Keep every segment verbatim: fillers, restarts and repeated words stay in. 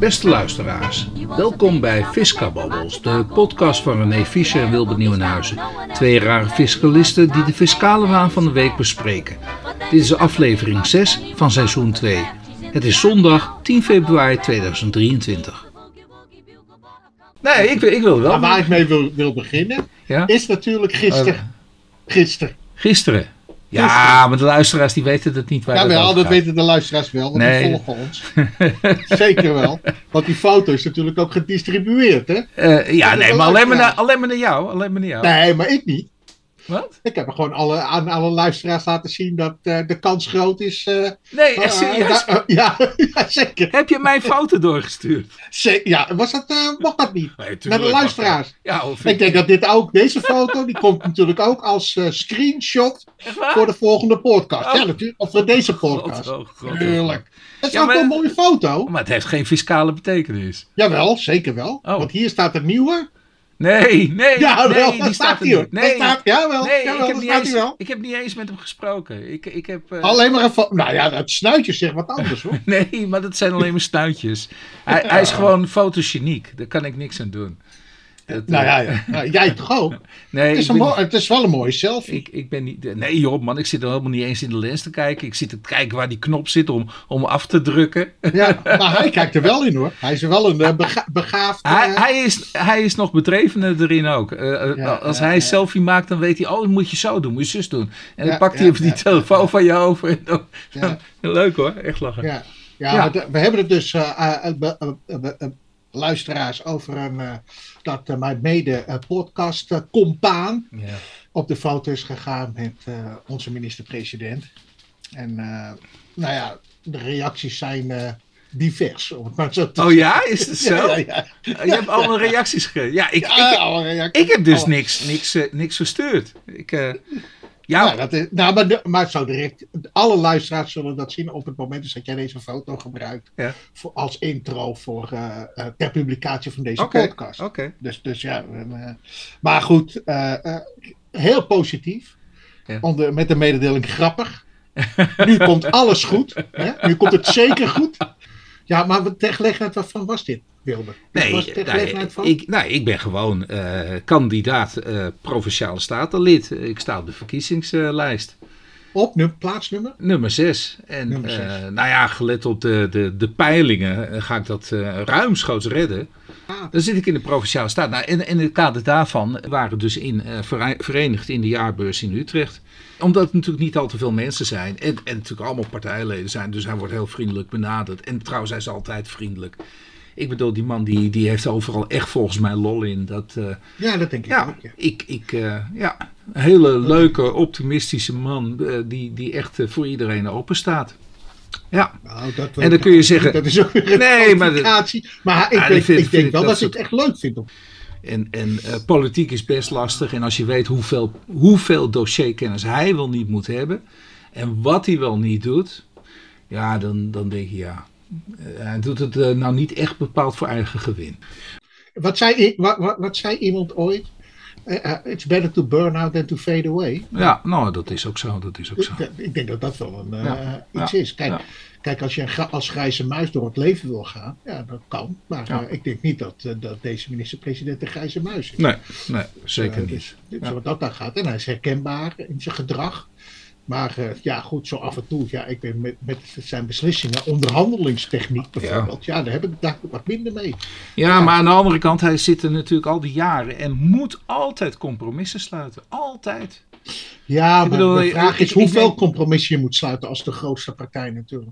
Beste luisteraars, welkom bij Fiscababbels, de podcast van René Fischer en Wilbert Nieuwenhuizen. Twee rare fiscalisten die de fiscale waan van de week bespreken. Dit is aflevering zes van seizoen twee. Het is zondag tien februari tweeduizend drieëntwintig. Nee, ik, ik wil wel. Maar waar ik mee wil, wil beginnen, ja? is natuurlijk gisteren. Uh, gisteren. Gisteren? Ja, gisteren. Maar de luisteraars die weten het niet waar ja, dat wel, over dat gaat. weten de luisteraars wel, want nee. die volgen ons. Zeker wel. Want die foto is natuurlijk ook gedistribueerd, hè? Uh, ja, nee, maar alleen maar, naar, alleen maar naar jou. Alleen maar naar jou. Nee, maar ik niet. Wat? Ik heb er gewoon alle, aan alle luisteraars laten zien dat uh, de kans groot is. Uh, nee, echt serieus? Uh, uh, ja, ja, zeker. Heb je mijn foto doorgestuurd? Ze- ja, was dat, uh, mocht dat niet? Nee, naar de luisteraars. Ja, ik, ik denk dat dit ook, deze foto, die komt natuurlijk ook als uh, screenshot voor de volgende podcast. Oh. Ja, natuurlijk. Of voor deze podcast. God, oh, God, Tuurlijk. Dat is ja, ook maar, wel een mooie foto. Maar het heeft geen fiscale betekenis. Jawel, zeker wel. Oh. Want hier staat het nieuwe. Nee, nee, ja, nee, wel, die staat, staat er hier. niet. Nee, staat, jawel, nee jawel, ik, heb niet staat eens, wel. ik heb niet eens met hem gesproken. Ik, ik heb, uh... Alleen maar een... Nou ja, het snuitje zegt wat anders, hoor. Nee, maar dat zijn alleen maar snuitjes. Hij, hij is gewoon fotogeniek. Daar kan ik niks aan doen. Dat, nou ja, ja. Nou, jij toch ook? Nee, het, is een mo- het is wel een mooie selfie. Ik, ik ben niet... Nee joh, man. Ik zit er helemaal niet eens in de lens te kijken. Ik zit te kijken waar die knop zit om, om af te drukken. Ja, maar hij kijkt er wel in, hoor. Hij is wel een uh, bega- begaafd... Uh... Hij, hij, is, hij is nog bedrevener erin ook. Uh, ja, als ja, hij een ja. selfie maakt, dan weet hij... Oh, dat moet je zo doen. Moet je zus doen. En ja, dan pakt ja, hij even ja, die telefoon ja. van je over. En dan, ja. Leuk hoor. Echt lachen. Ja, ja, ja. De, we hebben het dus... Uh, uh, uh, uh, uh, uh, luisteraars over een, uh, dat uh, mijn mede uh, podcast uh, compaan ja. op de foto is gegaan met uh, onze minister-president. En uh, nou ja, de reacties zijn uh, divers. Om het maar zo te oh ja, is het zo? Ja, ja, ja. Je hebt allemaal reacties gegeven. Ja, ik, ja, ik, alle reacties. ik heb dus niks, niks, uh, niks verstuurd. Ik... Uh, Ja, ja, dat is, nou, maar, de, maar zo direct, alle luisteraars zullen dat zien op het moment dus dat jij deze foto gebruikt ja. voor, als intro voor, uh, uh, ter publicatie van deze okay, podcast. Okay. Dus, dus ja, uh, maar goed, uh, uh, heel positief, ja. onder, met de mededeling grappig. Nu komt alles goed, hè? Nu komt het zeker goed. Ja, maar ter gelegenheid waarvan was dit, Wilbert? Nee, was ter nee, ik, nou, ik ben gewoon uh, kandidaat uh, Provinciale Statenlid. Ik sta op de verkiezingslijst. Op num- plaatsnummer? Nummer zes. En Nummer zes. Uh, nou ja, gelet op de, de, de peilingen uh, ga ik dat uh, ruimschoots redden. Ah. Dan zit ik in de Provinciale Staten. Nou, en in het kader daarvan waren dus in, uh, verenigd in de jaarbeurs in Utrecht. Omdat het natuurlijk niet al te veel mensen zijn. En, en natuurlijk allemaal partijleden zijn. Dus hij wordt heel vriendelijk benaderd. En trouwens, hij is altijd vriendelijk. Ik bedoel, die man die, die heeft overal echt volgens mij lol in. Dat, uh, ja, dat denk ik ja, ook. Ja. Ik, ik, uh, ja, een hele leuke, optimistische man. Uh, die, die echt uh, voor iedereen open staat. Ja, nou, dat en dan kun je zeggen... Dat is ook weer een nee, maar, maar ik, ja, denk, vind, ik denk ik wel dat dat hij het echt leuk vindt. En, en uh, politiek is best lastig. En als je weet hoeveel, hoeveel dossierkennis hij wel niet moet hebben. En wat hij wel niet doet. Ja, dan, dan denk je ja. Uh, hij doet het uh, nou niet echt bepaald voor eigen gewin. Wat zei, wat, wat, wat zei iemand ooit? Uh, uh, it's better to burn out than to fade away. Ja, nou dat is ook zo. Dat is ook zo. Ik, ik denk dat dat wel een, uh, ja, iets ja, is. Kijk, ja. kijk, als je een, als grijze muis door het leven wil gaan, ja, dat kan. Maar ja. uh, ik denk niet dat, uh, dat deze minister-president een grijze muis is. Nee, nee zeker uh, dus, niet. Dus, ja. Wat dat dan gaat. En hij is herkenbaar in zijn gedrag. Maar uh, ja, goed, zo af en toe. Ja, ik ben met, met zijn beslissingen, onderhandelingstechniek bijvoorbeeld. Ja, ja daar heb ik daar wat minder mee. Ja, ja, maar aan de andere kant, hij zit er natuurlijk al die jaren en moet altijd compromissen sluiten. Altijd. Ja, ik maar bedoel, de vraag is ik, hoeveel ik, compromissen je moet sluiten als de grootste partij natuurlijk.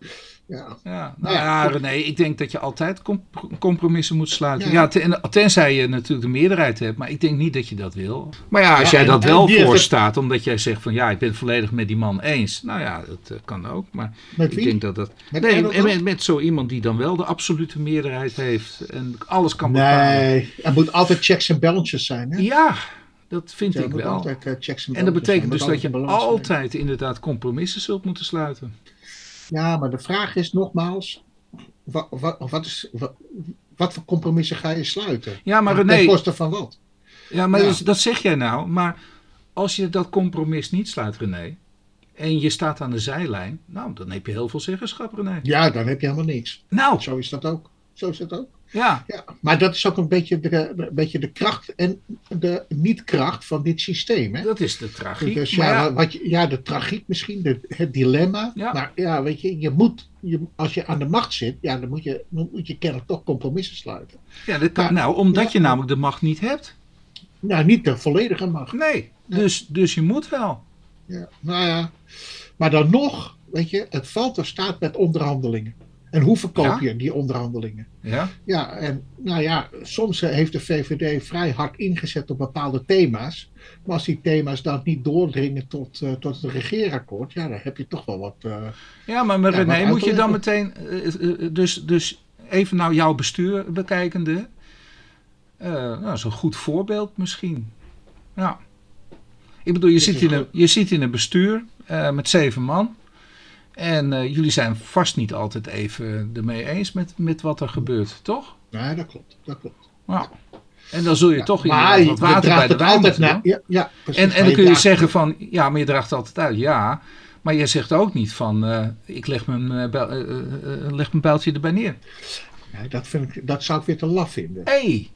Ja, ja, nou ja, ja René, ik denk dat je altijd comp- compromissen moet sluiten. Ja. Ja, ten, tenzij je natuurlijk de meerderheid hebt, maar ik denk niet dat je dat wil. Maar ja, als ja, jij dat en, wel en voorstaat, het... omdat jij zegt van ja, ik ben het volledig met die man eens. Nou ja, dat uh, kan ook. Maar met ik wie? denk dat dat... Met, nee, met, met, met zo iemand die dan wel de absolute meerderheid heeft en alles kan bepalen. Nee, er moet altijd checks en balances zijn. Hè? Ja, dat vind ja, ik wel. Altijd, uh, checks en, en dat betekent dus dat je altijd zijn. inderdaad compromissen zult moeten sluiten. Ja, maar de vraag is nogmaals, wat, wat, wat, is, wat, wat voor compromissen ga je sluiten? Ja, maar René... Ten koste van wat? Ja, maar ja. Dus, dat zeg jij nou. Maar als je dat compromis niet sluit, René, en je staat aan de zijlijn, nou, dan heb je heel veel zeggenschap, René. Ja, dan heb je helemaal niks. Nou. Zo is dat ook. Zo is het ook. Ja. Ja, maar dat is ook een beetje de, een beetje de kracht en de niet-kracht van dit systeem. Hè? Dat is de tragiek. Dus ja, ja. Wat je, ja, de tragiek misschien, de, het dilemma. Ja. Maar ja, weet je, je moet, je, als je aan de macht zit, ja, dan moet je, dan moet je kennelijk toch compromissen sluiten. Ja, dat kan, maar, nou, omdat ja, je namelijk de macht niet hebt. Nou, niet de volledige macht. Nee, nee. Dus, dus je moet wel. Ja, nou ja, maar dan nog, weet je, het valt of staat met onderhandelingen. En hoe verkoop ja? je die onderhandelingen? Ja. Ja, en nou ja, soms heeft de V V D vrij hard ingezet op bepaalde thema's. Maar als die thema's dan niet doordringen tot, uh, tot het regeerakkoord, ja, dan heb je toch wel wat. Uh, ja, maar, maar ja, René, moet je dan meteen, uh, uh, dus, dus even nou jouw bestuur bekijkende, uh, nou, zo'n goed voorbeeld misschien. Ja. Ik bedoel, je, zit in, een, je zit in een bestuur uh, met zeven man. En uh, jullie zijn vast niet altijd even ermee eens met, met wat er gebeurt, toch? Nee, dat klopt. Dat klopt. Nou, en dan zul je ja, toch in wat water bij de wijn moeten doen. Ja, ja, precies, en, en dan kun je zeggen van, ja, maar je draagt altijd uit. Ja, maar je zegt ook niet van, uh, ik leg mijn, uh, bel, uh, uh, leg mijn bijltje erbij neer. Nee, dat, vind ik, dat zou ik weer te laf vinden. Hé. Hey.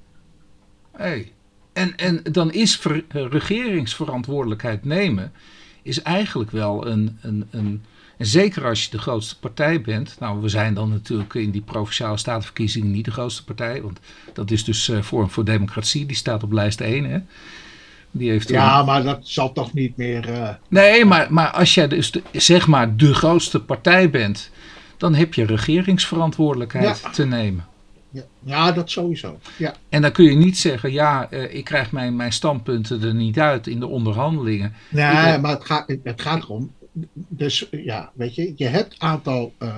Hey. En, en dan is ver, uh, regeringsverantwoordelijkheid nemen, is eigenlijk wel een... een, een En zeker als je de grootste partij bent. Nou, we zijn dan natuurlijk in die Provinciale Statenverkiezingen niet de grootste partij. Want dat is dus uh, Forum voor Democratie. Die staat op lijst één. Hè? Die heeft ja, een... maar dat zal toch niet meer... Uh... Nee, maar, maar als jij dus de, zeg maar de grootste partij bent. Dan heb je regeringsverantwoordelijkheid ja. te nemen. Ja. ja, dat sowieso. Ja. En dan kun je niet zeggen, ja, uh, ik krijg mijn, mijn standpunten er niet uit in de onderhandelingen. Nee, heb... maar het gaat, het gaat erom... Dus ja, weet je, je hebt een aantal uh,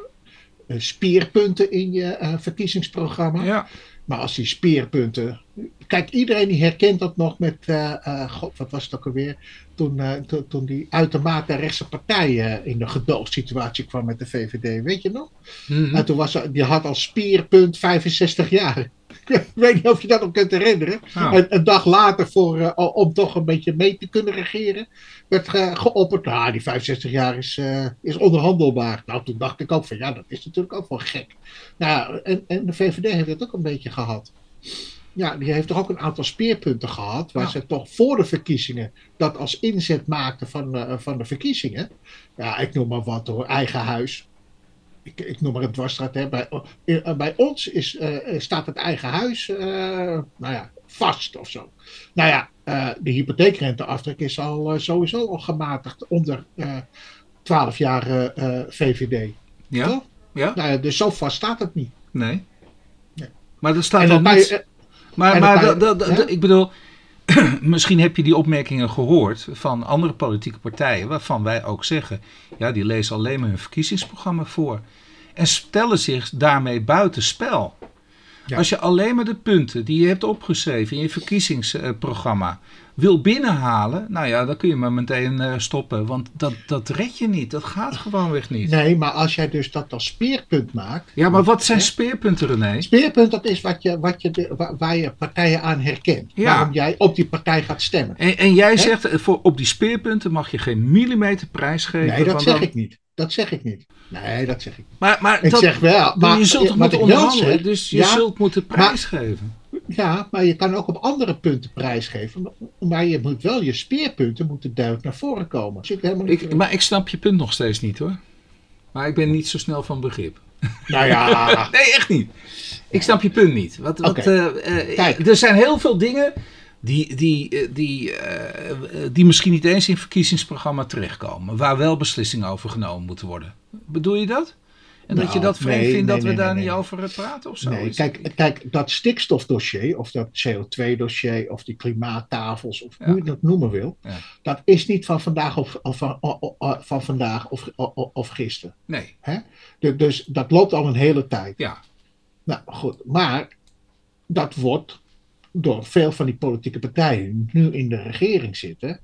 uh, speerpunten in je uh, verkiezingsprogramma. Ja. Maar als die speerpunten... Kijk, iedereen die herkent dat nog met... Uh, uh, God, wat was het ook alweer? Toen, uh, to, toen die uitermate rechtse partij uh, in de gedoogsituatie kwam met de V V D. Weet je nog? Mm-hmm. En toen was er, die had als speerpunt vijfenzestig jaar. Ik weet niet of je dat nog kunt herinneren. Oh. En een dag later, voor, uh, om toch een beetje mee te kunnen regeren, werd uh, geopperd. Nou, die vijfenzestig jaar is, uh, is onderhandelbaar. Nou, toen dacht ik ook van, ja, dat is natuurlijk ook wel gek. Nou, en, en de V V D heeft dat ook een beetje gehad. Ja, die heeft toch ook een aantal speerpunten gehad, waar ja. ze toch voor de verkiezingen dat als inzet maakten van, uh, van de verkiezingen. Ja, ik noem maar wat hoor, eigen huis. Ik, ik noem maar een dwarsstraat. Hè. Bij, uh, bij ons is, uh, staat het eigen huis uh, nou ja, vast of zo. Nou ja, uh, de hypotheekrenteaftrek is al uh, sowieso al gematigd onder uh, twaalf jaar uh, V V D. Ja? Toch? Ja? Nou ja, dus zo vast staat het niet. Nee. nee. Maar er staat dan al niet... Je, maar maar je, da, da, da, ja? ik bedoel... Misschien heb je die opmerkingen gehoord van andere politieke partijen, waarvan wij ook zeggen, ja, die lezen alleen maar hun verkiezingsprogramma voor en stellen zich daarmee buitenspel. Ja. Als je alleen maar de punten die je hebt opgeschreven in je verkiezingsprogramma wil binnenhalen, nou ja, dan kun je maar meteen uh, stoppen, want dat, dat red je niet, dat gaat gewoonweg niet. Nee, maar als jij dus dat als speerpunt maakt... Ja, maar wat zijn hè? speerpunten, René? Speerpunt, dat is wat je, wat je de, waar, waar je partijen aan herkent. Ja. Waarom jij op die partij gaat stemmen. En, en jij hè? zegt, voor, op die speerpunten mag je geen millimeter prijs geven. Nee, dat zeg dan... ik niet. Dat zeg ik niet. Nee, dat zeg ik niet. Maar, maar ik dat, zeg wel. Maar je zult toch moeten onderhandelen, zeg, dus je ja, zult moeten prijs maar, geven. Ja, maar je kan ook op andere punten prijsgeven. Maar je moet wel je speerpunten moeten duidelijk naar voren komen. Dus ik helemaal niet ik, maar ik snap je punt nog steeds niet hoor. Maar ik ben niet zo snel van begrip. Nou ja. Nee, echt niet. Ik snap je punt niet. Wat, wat, okay. uh, uh, er zijn heel veel dingen die, die, die, uh, die misschien niet eens in het verkiezingsprogramma terechtkomen. Waar wel beslissingen over genomen moeten worden. Bedoel je dat? En nou, dat je dat vreemd nee, vindt nee, dat nee, we daar nee, niet nee. over praten of zo? Nee, kijk, kijk, dat stikstofdossier of dat C O twee dossier of die klimaattafels of ja. hoe je dat noemen wil. Ja. Dat is niet van vandaag of, of, van, of, van vandaag of, of, of gisteren. Nee. Hè? De, dus dat loopt al een hele tijd. Ja. Nou goed, maar dat wordt door veel van die politieke partijen die nu in de regering zitten,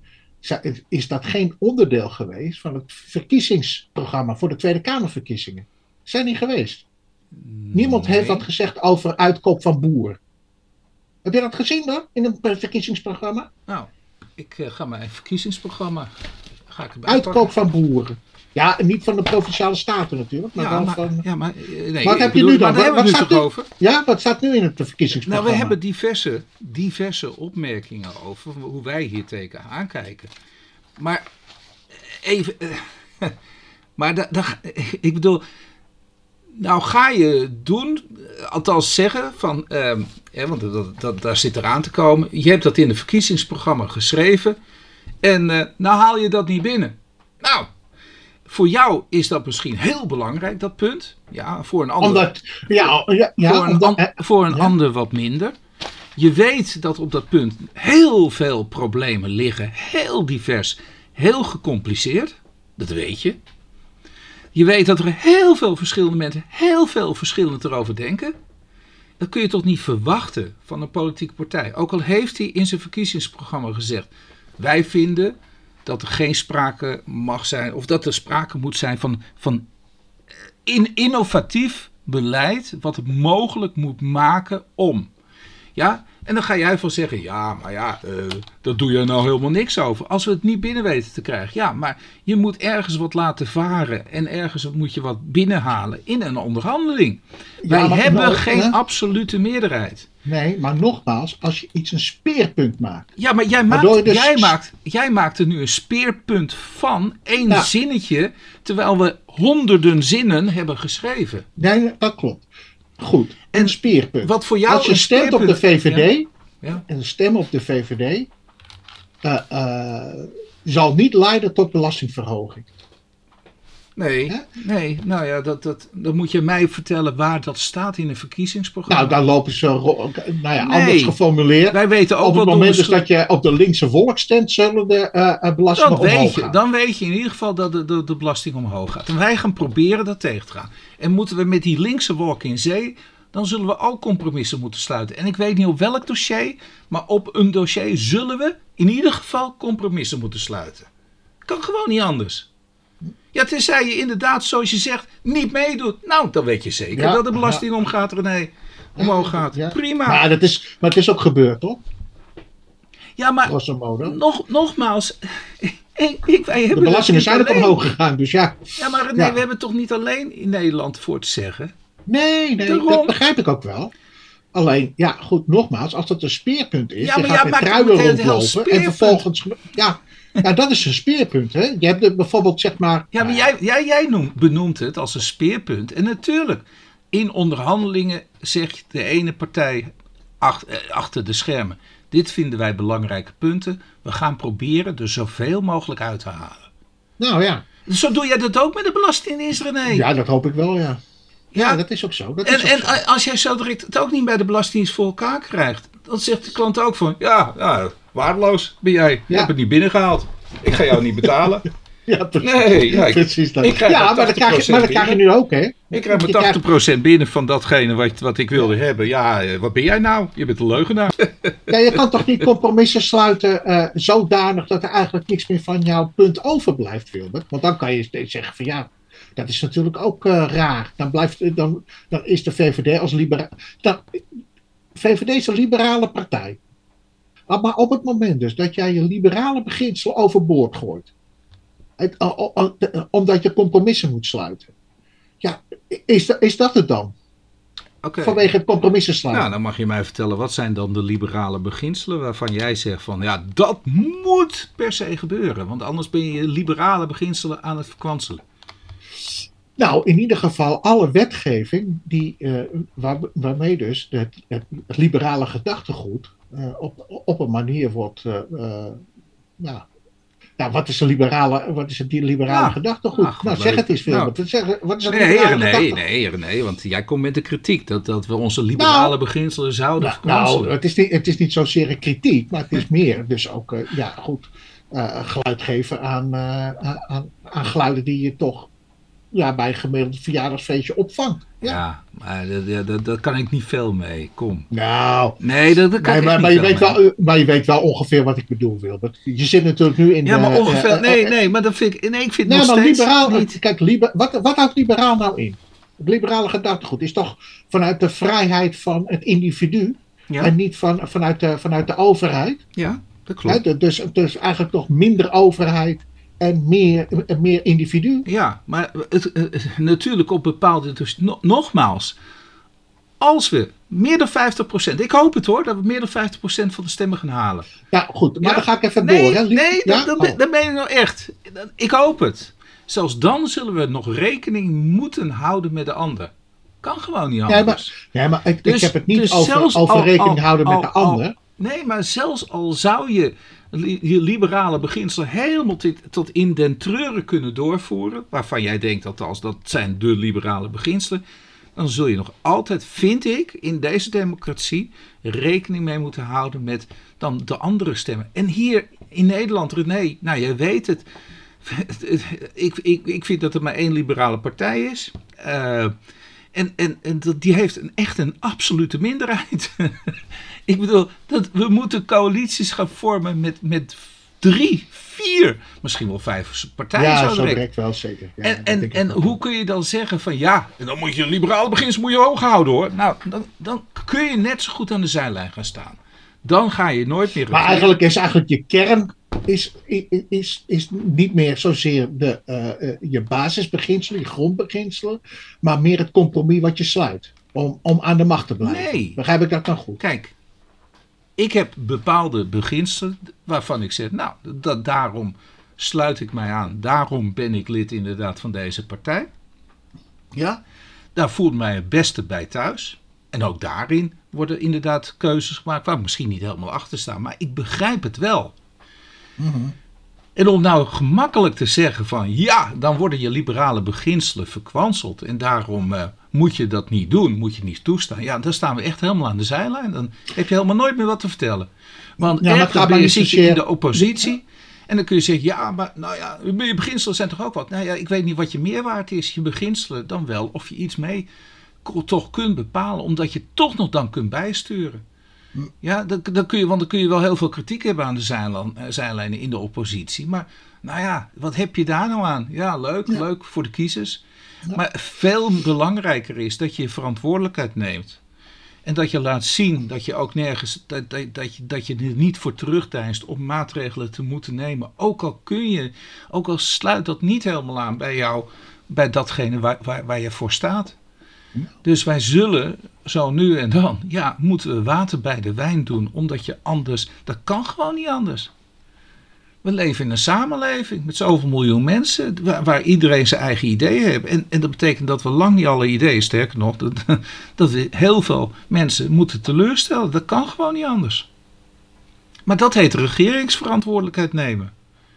is dat geen onderdeel geweest van het verkiezingsprogramma voor de Tweede Kamerverkiezingen. Zijn die geweest? Nee. Niemand heeft wat gezegd over uitkoop van boeren. Heb je dat gezien dan in een verkiezingsprogramma? Nou, ik uh, ga mijn verkiezingsprogramma. Ga ik uitkoop van boeren. Ja, niet van de Provinciale Staten natuurlijk, maar ja, wel maar, van... Ja, maar, nee, wat heb bedoel, je nu dan? Maar daar wat, hebben we wat het nu toch over? Ja, wat staat nu in het verkiezingsprogramma? Nou, we hebben diverse, diverse opmerkingen over hoe wij hier tegen aankijken. Maar even... Uh, maar da, da, ik bedoel... Nou ga je doen, althans zeggen, van, uh, ja, want dat, dat, daar zit eraan te komen. Je hebt dat in het verkiezingsprogramma geschreven. En uh, nou haal je dat niet binnen. Nou, voor jou is dat misschien heel belangrijk, dat punt. Ja, voor een ander, omdat, ja, ja, ja, voor een, omdat, an, voor een ja. ander wat minder. Je weet dat op dat punt heel veel problemen liggen. Heel divers, heel gecompliceerd. Dat weet je. Je weet dat er heel veel verschillende mensen heel veel verschillend erover denken. Dat kun je toch niet verwachten van een politieke partij. Ook al heeft hij in zijn verkiezingsprogramma gezegd... wij vinden dat er geen sprake mag zijn... of dat er sprake moet zijn van, van in, innovatief beleid... wat het mogelijk moet maken om... Ja, en dan ga jij van zeggen, ja, maar ja, uh, daar doe je nou helemaal niks over. Als we het niet binnen weten te krijgen. Ja, maar je moet ergens wat laten varen. En ergens moet je wat binnenhalen in een onderhandeling. Ja, Wij hebben nou, geen hè? absolute meerderheid. Nee, maar nogmaals, als je iets een speerpunt maakt. Ja, maar jij maakt, dus... jij maakt, jij maakt er nu een speerpunt van één ja. zinnetje. Terwijl we honderden zinnen hebben geschreven. Nee, dat klopt. Goed, en een speerpunt. Wat voor jou Als je stemt speerpunt... op de V V D, ja. Ja. en stem op de V V D, uh, uh, zal niet leiden tot belastingverhoging. Nee, He? nee, nou ja, dat, dat, dan moet je mij vertellen waar dat staat in een verkiezingsprogramma. Nou, daar lopen ze, nou ja, nee, anders geformuleerd. Wij weten ook op het wat moment dus dat je op de linkse volk stemt, zullen de uh, belastingen dat omhoog weet je, gaan. Dan weet je in ieder geval dat de, de, de belasting omhoog gaat. En wij gaan proberen dat tegen te gaan. En moeten we met die linkse wolk in zee, dan zullen we ook compromissen moeten sluiten. En ik weet niet op welk dossier, maar op een dossier zullen we in ieder geval compromissen moeten sluiten. Kan gewoon niet anders. Ja, tenzij je inderdaad, zoals je zegt, niet meedoet. Nou, dan weet je zeker ja, dat de belasting ja. omgaat, René. Omhoog gaat. Ja. Prima. Maar, dat is, maar het is ook gebeurd, toch? Ja, maar nog, nogmaals... Ik, ik, wij hebben de belastingen zijn ook omhoog gegaan, dus ja. Ja, maar René, ja. we hebben toch niet alleen in Nederland voor te zeggen? Nee, nee, Daarom... dat begrijp ik ook wel. Alleen, ja, goed, nogmaals, als dat een speerpunt is, ja, je gaat ja, met truien rondlopen en vervolgens... Ja, ja, dat is een speerpunt, hè. Je hebt bijvoorbeeld, zeg maar... Ja, maar jij, jij, jij noemt, benoemt het als een speerpunt. En natuurlijk, in onderhandelingen zegt de ene partij achter, achter de schermen... Dit vinden wij belangrijke punten. We gaan proberen er zoveel mogelijk uit te halen. Nou ja. Zo doe jij dat ook met de Belastingdienst, René? Ja, dat hoop ik wel, ja. Ja, ja dat is ook zo. Dat en is ook en zo. als jij zo direct het ook niet bij de Belastingdienst voor elkaar krijgt... dan zegt de klant ook van... Ja, ja waardeloos ben jij. Je ja. hebt het niet binnengehaald. Ik ga jou niet betalen. Ja, precies. Nee, ja, ik, precies dat. Ik ja, maar dat, krijg je, maar dat krijg je nu ook, hè? Ik krijg maar tachtig procent binnen van datgene wat, wat ik wilde ja. hebben. Ja, wat ben jij nou? Je bent een leugenaar. Ja, je kan toch niet compromissen sluiten uh, zodanig dat er eigenlijk niks meer van jouw punt overblijft, Wilbert? Want dan kan je steeds zeggen van ja, dat is natuurlijk ook uh, raar. Dan, blijft, dan, dan is de V V D als liberaal... V V D is een liberale partij. Maar op het moment dus dat jij je liberale beginsel overboord gooit... Het, uh, uh, uh, omdat je compromissen moet sluiten. Ja, is, da, is dat het dan? Okay. Vanwege het compromissen sluiten. Nou, dan mag je mij vertellen, wat zijn dan de liberale beginselen waarvan jij zegt van, ja, dat moet per se gebeuren. Want anders ben je liberale beginselen aan het verkwanselen. Nou, in ieder geval alle wetgeving die, uh, waar, waarmee dus het, het, het liberale gedachtegoed uh, op, op een manier wordt... Uh, uh, nou, Nou, wat is een liberale, wat is het liberale ja. gedachtegoed? Ach, nou, zeg het eens, veel. Nou. Wat is het nee, liberale nee, nee, nee, want jij komt met de kritiek dat, dat we onze liberale nou, beginselen zouden nou, verkwanselen. Nou, het is, niet, het is niet zozeer een kritiek, maar het is meer dus ook, uh, ja, goed, uh, geluid geven aan, uh, aan, aan geluiden die je toch ja, bij een gemiddeld verjaardagsfeestje opvangt. Ja, ja maar dat, dat, dat kan ik niet veel mee. Kom. Nou. Nee, dat, dat kan nee, ik maar, niet maar, je veel weet wel, maar je weet wel ongeveer wat ik bedoel, Wilbert. Je zit natuurlijk nu in ja, de... Ja, maar ongeveer... Uh, uh, nee, uh, nee, maar dat vind ik... Nee, ik vind nee, nog maar steeds liberaal, niet... Kijk, liber, wat, wat houdt liberaal nou in? Het liberale gedachtegoed is toch vanuit de vrijheid van het individu... Ja. En niet van, vanuit, de, vanuit de overheid. Ja, dat klopt. Ja, dus, dus eigenlijk toch minder overheid... en meer, en meer individu. Ja, maar het, het, natuurlijk op bepaalde... Dus no, nogmaals, als we meer dan vijftig procent... Ik hoop het hoor, dat we meer dan vijftig procent van de stemmen gaan halen. Ja, goed. Maar ja? dan ga ik even nee, door. Hè? Nee, ja? dat, dat, oh. dat ben je nou echt. Ik hoop het. Zelfs dan zullen we nog rekening moeten houden met de ander. Kan gewoon niet anders. Ja, maar, ja, maar ik, dus, ik heb het niet dus over, over al, rekening al, houden al, met de ander. Al, nee, maar zelfs al zou je je liberale beginselen helemaal tot, tot in den treuren kunnen doorvoeren, waarvan jij denkt dat als dat zijn de liberale beginselen, dan zul je nog altijd, vind ik, in deze democratie rekening mee moeten houden met dan de andere stemmen. En hier in Nederland, René, nou jij weet het, ik, ik, ik vind dat er maar één liberale partij is. Uh, en, en, en die heeft een, echt een absolute minderheid. Ik bedoel, dat, we moeten coalities gaan vormen met, met drie, vier, misschien wel vijf partijen. Ja, zo zo direct wel, zeker. Ja, en en, en hoe kun je dan zeggen van ja, en dan moet je liberale beginselen moet je hoog houden hoor. Nou, dan, dan kun je net zo goed aan de zijlijn gaan staan. Dan ga je nooit meer... Maar eigenlijk is eigenlijk je kern is, is, is, is niet meer zozeer de, uh, uh, je basisbeginselen, je grondbeginselen, maar meer het compromis wat je sluit om, om aan de macht te blijven. Nee. Begrijp ik dat dan goed? Kijk, ik heb bepaalde beginselen waarvan ik zeg, nou, dat, daarom sluit ik mij aan. Daarom ben ik lid inderdaad van deze partij. Ja, daar voel ik mij het beste bij thuis. En ook daarin worden inderdaad keuzes gemaakt waar ik misschien niet helemaal achter sta. Maar ik begrijp het wel. Mm-hmm. En om nou gemakkelijk te zeggen van ja, dan worden je liberale beginselen verkwanseld. En daarom uh, moet je dat niet doen, moet je niet toestaan. Ja, dan staan we echt helemaal aan de zijlijn. Dan heb je helemaal nooit meer wat te vertellen. Want ja, echt dan ben je, zit je in de oppositie. En dan kun je zeggen, ja, maar nou ja, je beginselen zijn toch ook wat. Nou ja, ik weet niet wat je meerwaarde is. Je beginselen dan wel of je iets mee toch kunt bepalen, omdat je toch nog dan kunt bijsturen. Ja, dan, dan kun je, want dan kun je wel heel veel kritiek hebben aan de zijlijn, zijlijnen in de oppositie. Maar nou ja, wat heb je daar nou aan? Ja, leuk, ja. leuk voor de kiezers. Ja. Maar veel belangrijker is dat je je verantwoordelijkheid neemt. En dat je laat zien dat je ook nergens, dat, dat, dat, je, dat je er niet voor terugdeinst om maatregelen te moeten nemen. Ook al kun je, ook al sluit dat niet helemaal aan bij jou, bij datgene waar, waar, waar je voor staat. Dus wij zullen zo nu en dan, ja, moeten we water bij de wijn doen, omdat je anders, dat kan gewoon niet anders. We leven in een samenleving met zoveel miljoen mensen, waar, waar iedereen zijn eigen ideeën heeft. En, en dat betekent dat we lang niet alle ideeën, sterker nog, dat, dat we heel veel mensen moeten teleurstellen. Dat kan gewoon niet anders. Maar dat heet regeringsverantwoordelijkheid nemen.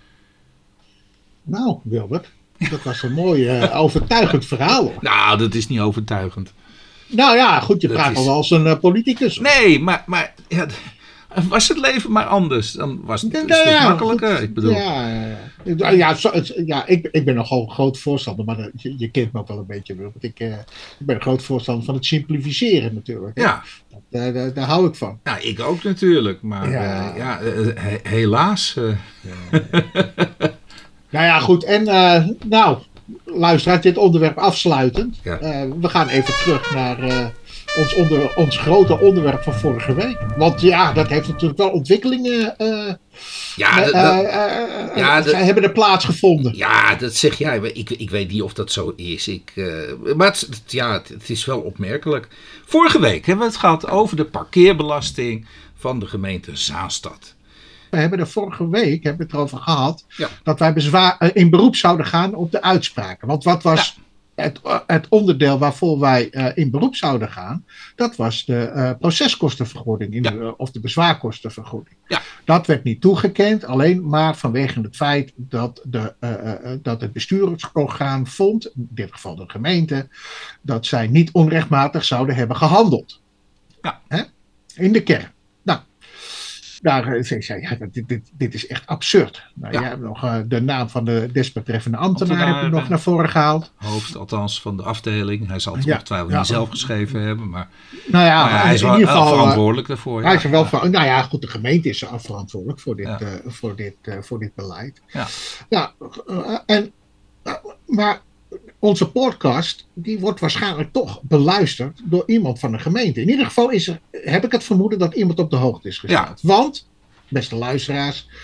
Nou, Wilbert. Dat was een mooi uh, overtuigend verhaal. Hoor. Nou, dat is niet overtuigend. Nou ja, goed, je dat praat is... al als een uh, politicus. Hoor. Nee, maar, maar ja, was het leven maar anders, dan was het een ja, stuk ja, makkelijker. Goed, ik bedoel. Ja, ja, ja, zo, het, ja ik, ik ben nogal een groot voorstander, maar uh, je, je kent me ook wel een beetje. Want ik, uh, ik ben een groot voorstander van het simplificeren natuurlijk. Ja. Dat, uh, daar, daar hou ik van. Nou, ik ook natuurlijk, maar ja, uh, ja uh, he, helaas. Uh. Ja. Nou ja, goed. En uh, nou, luisteraar, dit onderwerp afsluitend. Ja. Uh, we gaan even terug naar uh, ons, onder, ons grote onderwerp van vorige week. Want ja, dat heeft natuurlijk wel ontwikkelingen. Uh, ja, uh, dat, uh, uh, ja, zij hebben er plaatsgevonden. Ja, dat zeg jij. Ik, ik weet niet of dat zo is. Ik, uh, maar het, het, ja, het, het is wel opmerkelijk. Vorige week hebben we het gehad over de parkeerbelasting van de gemeente Zaanstad. We hebben er vorige week hebben we het erover gehad ja. dat wij bezwaar, in beroep zouden gaan op de uitspraken. Want wat was ja. het, het onderdeel waarvoor wij uh, in beroep zouden gaan? Dat was de uh, proceskostenvergoeding in ja. de, of de bezwaarkostenvergoeding. Ja. Dat werd niet toegekend, alleen maar vanwege het feit dat, de, uh, uh, dat het bestuursorgaan vond, in dit geval de gemeente, dat zij niet onrechtmatig zouden hebben gehandeld. Ja. Hè? In de kern. Daar zei zij, ja, dit, dit, dit is echt absurd. Nou, ja. Je hebt nog uh, de naam van de desbetreffende ambtenaar, ambtenaar heb je nog naar voren gehaald. Hoofd althans van de afdeling. Hij zal het ja. ongetwijfeld ja. niet zelf geschreven hebben. Maar, nou ja, maar ja, hij is wel in geval, verantwoordelijk daarvoor. Hij ja. is er wel ja. van, nou ja, goed, de gemeente is verantwoordelijk voor dit, ja. uh, voor dit, uh, voor dit beleid. Ja. Ja, uh, en, uh, maar onze podcast, die wordt waarschijnlijk toch beluisterd door iemand van de gemeente. In ieder geval is er, heb ik het vermoeden dat iemand op de hoogte is gesteld. Ja. Want, beste luisteraars,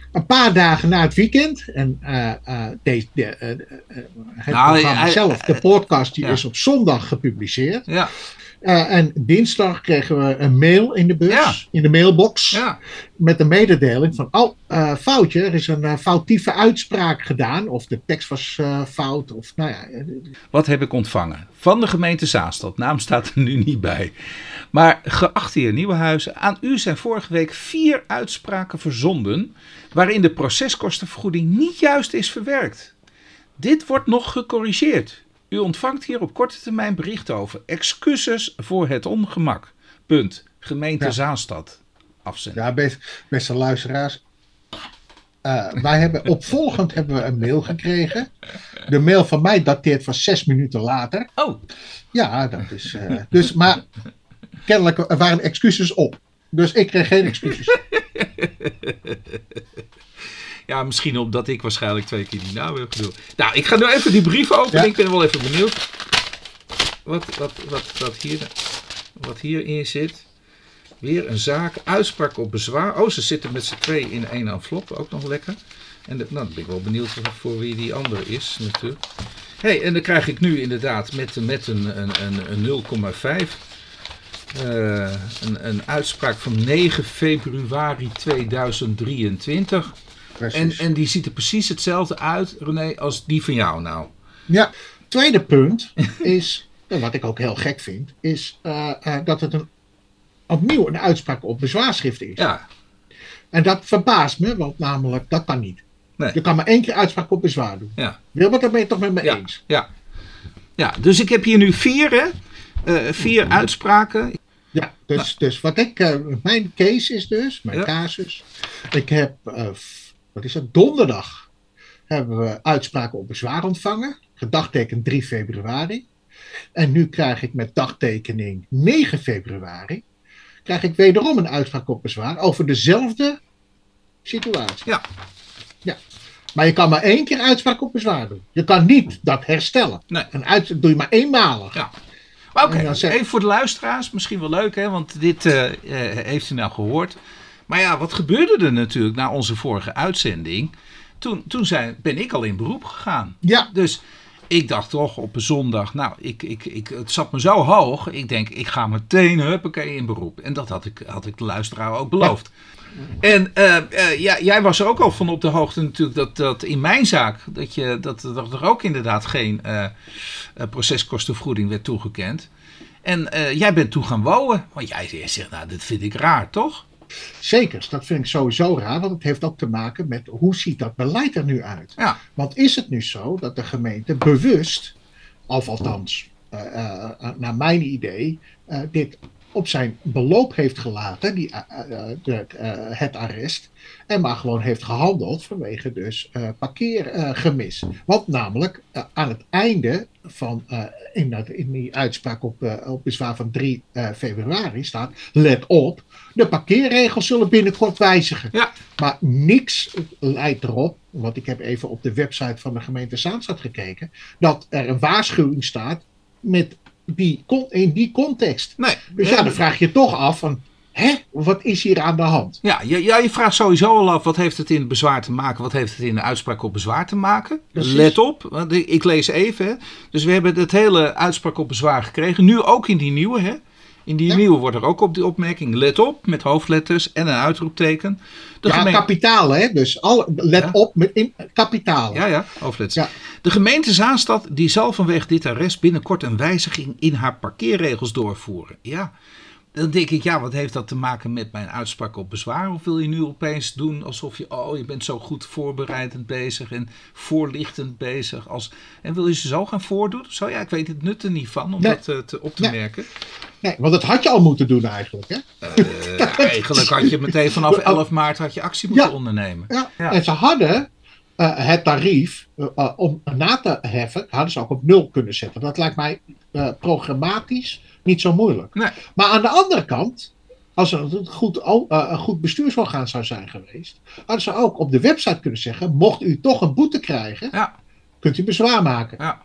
een paar dagen na het weekend. En uh, uh, de, de, uh, uh, het nou, programma hij, zelf, de podcast, die ja. is op zondag gepubliceerd. Ja. Uh, en dinsdag kregen we een mail in de bus, ja. in de mailbox. Ja. Met de mededeling van, oh, uh, foutje, er is een uh, foutieve uitspraak gedaan. Of de tekst was uh, fout. Of, nou ja. Wat heb ik ontvangen? Van de gemeente Zaanstad. Naam staat er nu niet bij. Maar geachte heer Nieuwenhuizen, aan u zijn vorige week vier uitspraken verzonden waarin de proceskostenvergoeding niet juist is verwerkt. Dit wordt nog gecorrigeerd. U ontvangt hier op korte termijn bericht over. Excuses voor het ongemak. Punt. Gemeente ja. Zaanstad. Afzenden. Ja, best, beste luisteraars. Uh, wij hebben opvolgend hebben we een mail gekregen. De mail van mij dateert van zes minuten later. Oh. Ja, dat is... Uh, dus, maar kennelijk er waren excuses op. Dus ik kreeg geen excuses. Ja, misschien omdat ik waarschijnlijk twee keer die naam heb gedaan. Nou, ik ga nu even die brief openen. Ja. Ik ben wel even benieuwd wat, wat, wat, wat, hier, wat hierin zit. Weer een zaak, uitspraak op bezwaar. Oh, ze zitten met z'n twee in één envelop, ook nog lekker. En de, nou, dan ben ik wel benieuwd voor wie die ander is natuurlijk. Hey, en dan krijg ik nu inderdaad met, met een, een, een, een nul komma vijf... Uh, een, een uitspraak van negen februari tweeduizend drieëntwintig. En, en die ziet er precies hetzelfde uit, René, als die van jou nou. Ja, tweede punt is, wat ik ook heel gek vind, is uh, uh, dat het een, opnieuw een uitspraak op bezwaarschrift is. Ja. En dat verbaast me, want namelijk, dat kan niet. Nee. Je kan maar één keer uitspraak op bezwaar doen. Ja. Wilbert, daar ben je het toch met me ja. eens? Ja. Ja, dus ik heb hier nu vier, hè? Uh, vier mm-hmm. uitspraken. Ja, dus, nou. dus wat ik, uh, mijn case is dus, mijn ja. casus. Ik heb, uh, wat is het, donderdag hebben we uitspraken op bezwaar ontvangen. Gedagtekend drie februari. En nu krijg ik met dagtekening negen februari. Krijg ik wederom een uitspraak op bezwaar over dezelfde situatie. Ja. Ja. Maar je kan maar één keer uitspraak op bezwaar doen. Je kan niet dat herstellen. Nee. Een uitspraak doe je maar eenmalig. Ja. Oké, okay, zeg... even voor de luisteraars, misschien wel leuk, hè, want dit uh, uh, heeft u nou gehoord. Maar ja, wat gebeurde er natuurlijk na onze vorige uitzending? Toen, toen zijn, ben ik al in beroep gegaan. Ja. Dus ik dacht toch op een zondag, nou, ik, ik, ik, het zat me zo hoog. Ik denk, ik ga meteen huppakee in beroep. En dat had ik, had ik de luisteraar ook beloofd. Ja. En uh, uh, ja, jij was er ook al van op de hoogte natuurlijk dat, dat in mijn zaak, dat, je, dat, dat er ook inderdaad geen uh, uh, proceskostenvergoeding werd toegekend. En uh, jij bent toe gaan wonen, want jij zegt, nou, dit vind ik raar, toch? Zeker, dat vind ik sowieso raar, want het heeft ook te maken met hoe ziet dat beleid er nu uit. Ja. Want is het nu zo dat de gemeente bewust, of althans uh, uh, naar mijn idee, uh, dit op zijn beloop heeft gelaten, die, uh, uh, de, uh, het arrest, en maar gewoon heeft gehandeld vanwege dus uh, parkeergemis. Uh, Want namelijk uh, aan het einde van uh, in, dat, in die uitspraak op, uh, op bezwaar van drie februari staat, let op, de parkeerregels zullen binnenkort wijzigen. Ja. Maar niks leidt erop, want ik heb even op de website van de gemeente Zaanstad gekeken, dat er een waarschuwing staat met die, in die context. Nee, dus ja, dan vraag je je toch af van, hè, wat is hier aan de hand? Ja, je, ja, je vraagt sowieso al af, wat heeft het in bezwaar te maken? Wat heeft het in de uitspraak op bezwaar te maken? Precies. Let op, want ik lees even. Hè. Dus we hebben het hele uitspraak op bezwaar gekregen. Nu ook in die nieuwe. Hè. In die ja. nieuwe wordt er ook op die opmerking let op, met hoofdletters en een uitroepteken. De ja, gemeente... kapitaal, hè? Dus al, let ja. op met in, kapitaal. Ja, ja, hoofdletters. Ja. De gemeente Zaanstad die zal vanwege dit arrest binnenkort een wijziging in haar parkeerregels doorvoeren. Ja, dan denk ik, ja, wat heeft dat te maken met mijn uitspraak op bezwaar? Of wil je nu opeens doen alsof je, oh, je bent zo goed voorbereidend bezig en voorlichtend bezig. Als, en wil je ze zo gaan voordoen? Zo, ja, ik weet het nut er niet van om nee. dat uh, te, op te nee. merken. Nee, want dat had je al moeten doen eigenlijk, hè? Uh, eigenlijk had je meteen vanaf elf maart had je actie moeten ja. ondernemen. Ja. Ja. En ze hadden uh, het tarief uh, uh, om na te heffen, hadden ze ook op nul kunnen zetten. Dat lijkt mij uh, programmatisch niet zo moeilijk. Nee. Maar aan de andere kant, als er een goed, uh, een goed bestuursorgaan zou zijn geweest, hadden ze ook op de website kunnen zeggen, mocht u toch een boete krijgen, ja. kunt u bezwaar maken. Ja.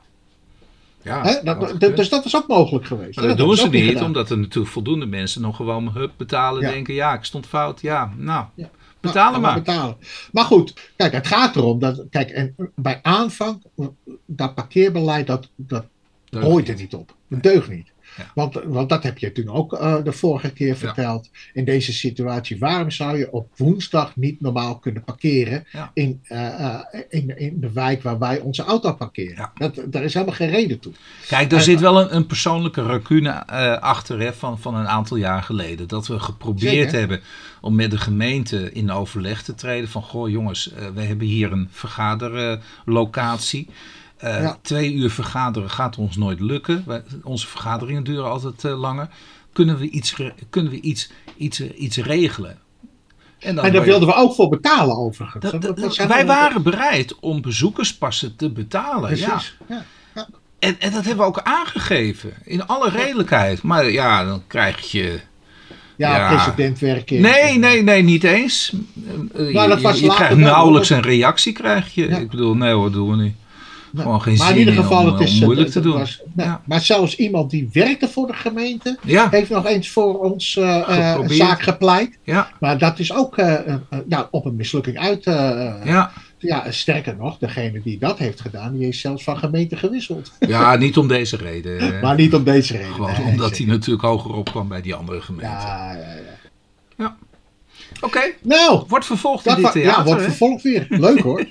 Ja, He, dat, dat, dus dat is ook mogelijk geweest. Maar dat, dat doen ze niet, omdat er natuurlijk voldoende mensen nog gewoon hup betalen. Ja. Denken, ja, ik stond fout. Ja, nou, ja. betalen maar. betalen. Maar goed, kijk, het gaat erom dat, kijk, en bij aanvang, dat parkeerbeleid, dat, dat hoort er niet op. Dat deugt niet. Ja. Want, want dat heb je toen ook uh, de vorige keer verteld. Ja. In deze situatie, waarom zou je op woensdag niet normaal kunnen parkeren ja. in, uh, uh, in, in de wijk waar wij onze auto parkeren? Ja. Dat, daar is helemaal geen reden toe. Kijk, daar uh, zit wel een, een persoonlijke racune uh, achter hè, van, van een aantal jaar geleden. Dat we geprobeerd zeker. hebben om met de gemeente in overleg te treden. Van, goh jongens, uh, we hebben hier een vergaderlocatie. Uh, ja. Twee uur vergaderen gaat ons nooit lukken. Wij, onze vergaderingen duren altijd uh, langer. Kunnen we iets, kunnen we iets, iets, uh, iets regelen? En, dan en daar je... wilden we ook voor betalen overigens. Dat, dat, dat wij waren bereid om bezoekerspassen te betalen. Precies. Ja. Ja. Ja. En, en dat hebben we ook aangegeven. In alle redelijkheid. Maar ja, dan krijg je... Ja, ja. president werken. Nee, nee, nee, niet eens. Uh, nou, dat was je je krijgt nauwelijks een reactie. Krijg je. Ja. Ik bedoel, nee hoor, doen we niet. Nee. Gewoon geen maar zin in ieder geval, om, het is om moeilijk het, te doen. Was, nee, ja. Maar zelfs iemand die werkte voor de gemeente, ja. heeft nog eens voor ons uh, uh, zaak gepleit. Ja. Maar dat is ook uh, uh, ja, op een mislukking uit. Uh, ja. Ja, sterker nog, degene die dat heeft gedaan, die is zelfs van gemeente gewisseld. Ja, niet om deze reden. Maar niet om deze reden. Gewoon nee, omdat zeker. hij natuurlijk hoger opkwam bij die andere gemeente. Ja, ja, ja. ja. Oké, okay. Nou, wordt vervolgd in dit theater. Ja, wordt hè? vervolgd weer. Leuk hoor.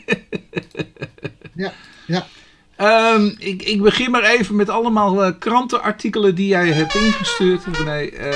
ja, ja. Um, ik, ik begin maar even met allemaal uh, krantenartikelen die jij hebt ingestuurd. Nee, uh, uh,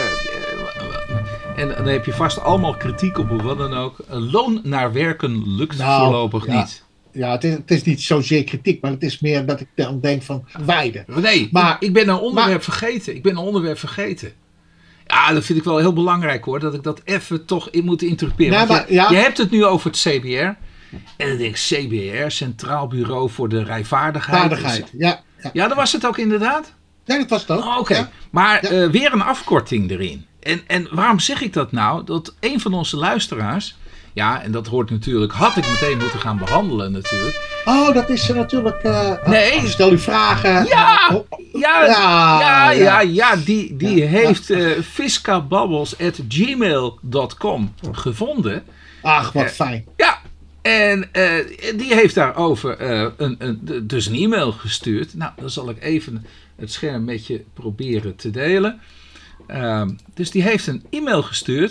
en dan heb je vast allemaal kritiek op, of wat dan ook. Uh, loon naar werken lukt nou, voorlopig ja. niet. Ja, het is, het is niet zozeer kritiek, maar het is meer dat ik dan denk van wijden. Nee, maar, ik, ik ben een onderwerp maar, vergeten. Ik ben een onderwerp vergeten. Ja, dat vind ik wel heel belangrijk hoor, dat ik dat even toch in moet interpreteren. Nou, maar, je, ja. je hebt het nu over het C B R. En dan denk ik, C B R, Centraal Bureau voor de Rijvaardigheid. Vaardigheid, ja, ja. Ja, dat was het ook inderdaad? Ja, dat was het ook. Oh, Oké, okay. ja. maar ja. Uh, weer een afkorting erin. En, en waarom zeg ik dat nou? Dat een van onze luisteraars, ja, en dat hoort natuurlijk, had ik meteen moeten gaan behandelen natuurlijk. Oh, dat is natuurlijk, uh, nee. Uh, stel u vragen. Ja, uh, ja, ja, ja, ja, ja, die, die ja, heeft uh, fiscababbels at gmail dot com gevonden. Ach, wat uh, fijn. Ja. En uh, die heeft daarover uh, een, een, dus een e-mail gestuurd. Nou, dan zal ik even het scherm met je proberen te delen. Uh, dus die heeft een e-mail gestuurd.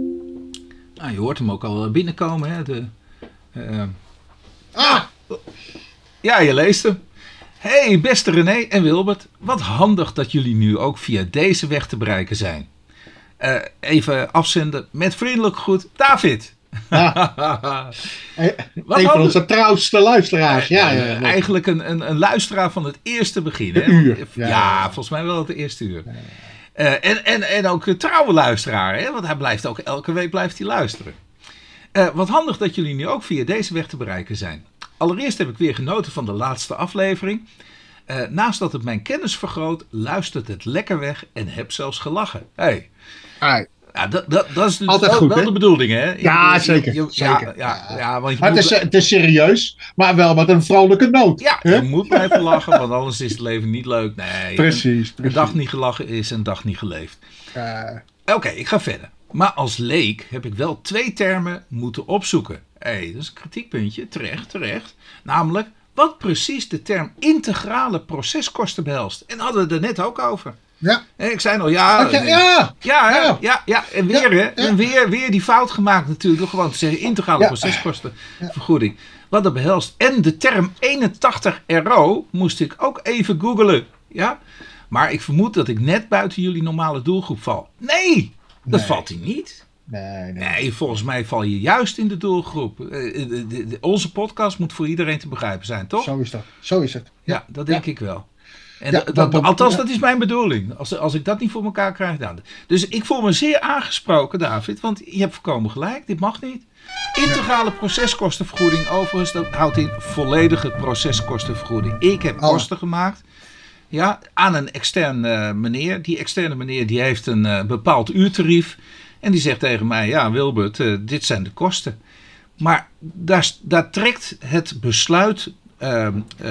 Nou, je hoort hem ook al binnenkomen. Hè? De, uh, ah! Ja, je leest hem. Hey, beste René en Wilbert. Wat handig dat jullie nu ook via deze weg te bereiken zijn. Uh, even afzenden met vriendelijk groet, David. Ja. Een van onze trouwste luisteraars. Ja, ja, ja. Eigenlijk een, een, een luisteraar van het eerste begin. Hè? Een uur. Ja, ja, volgens mij wel het eerste uur. Ja. Uh, en, en, en ook een trouwe luisteraar. Hè? Want hij blijft ook elke week blijft hij luisteren. Uh, wat handig dat jullie nu ook via deze weg te bereiken zijn. Allereerst heb ik weer genoten van de laatste aflevering. Uh, naast dat het mijn kennis vergroot, luistert het lekker weg en heb zelfs gelachen. Hey. Hey. Ja, dat, dat, dat is altijd wel, goed, wel hè? de bedoeling, hè? Ja, je, zeker. Je, je, zeker. Ja, ja, ja, want je het, moet... is, het is serieus, maar wel met een vrolijke noot. Ja, hè? Je moet blijven lachen, want anders is het leven niet leuk. Nee, precies, een, precies. Een dag niet gelachen is een dag niet geleefd. Uh... Oké, okay, ik ga verder. Maar als leek heb ik wel twee termen moeten opzoeken. Hé, hey, dat is een kritiekpuntje. Terecht, terecht. Namelijk, wat precies de term integrale proceskosten behelst. En hadden we het er net ook over. Ja. En ik zei nog, ja, okay, ja, ja, ja, ja, ja, en weer, ja, ja. En weer, weer die fout gemaakt natuurlijk, door gewoon te zeggen integrale ja. proceskostenvergoeding. Ja. Wat dat behelst. En de term eenentachtig euro moest ik ook even googlen. Ja? Maar ik vermoed dat ik net buiten jullie normale doelgroep val. Nee, dat nee. valt hij niet. Nee, nee. nee, volgens mij val je juist in de doelgroep. De, de, de, onze podcast moet voor iedereen te begrijpen zijn, toch? Zo is dat. Zo is het. Ja, ja dat denk ja. ik wel. En ja, dat, dat, dat, althans, ja. dat is mijn bedoeling. Als, als ik dat niet voor elkaar krijg, dan. Dus ik voel me zeer aangesproken, David. Want je hebt voorkomen gelijk. Dit mag niet. Integrale proceskostenvergoeding, overigens, dat houdt in volledige proceskostenvergoeding. Ik heb oh. kosten gemaakt. Ja, aan een externe meneer. Die externe meneer die heeft een uh, bepaald uurtarief. En die zegt tegen mij, ja Wilbert, uh, dit zijn de kosten. Maar daar, daar trekt het besluit uh, uh,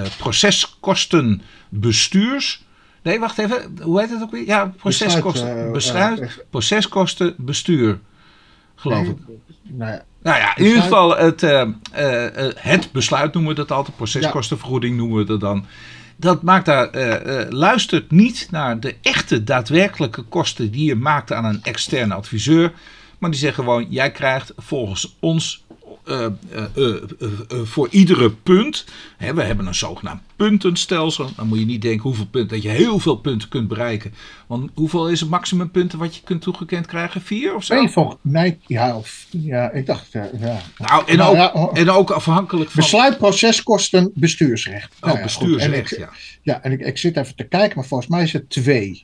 proceskostenbestuurs. Nee, wacht even. Hoe heet het ook weer? Ja, proceskosten, besluit, uh, besluit, uh, proceskostenbestuur. geloof nee, ik. Nou ja. Nou ja, in ieder geval het, uh, uh, het besluit noemen we dat altijd. Proceskostenvergoeding ja. noemen we dat dan. Dat maakt daar, uh, uh, luistert niet naar de echte daadwerkelijke kosten die je maakt aan een externe adviseur. Maar die zeggen gewoon, jij krijgt volgens ons uh, uh, uh, uh, uh, voor iedere punt. Hè, we hebben een zogenaamd puntenstelsel. Dan moet je niet denken hoeveel punten, dat je heel veel punten kunt bereiken. Want hoeveel is het maximum punten wat je kunt toegekend krijgen? Vier of zo? Nee, volgens mij, ja, of, ja, ik dacht, uh, ja. Nou, en, nou, ook, ja, oh, en ook afhankelijk van... Besluit, proceskosten, bestuursrecht. Oh, nou, ja, bestuursrecht, ik, ja. Ja, en ik, ik zit even te kijken, maar volgens mij is het twee.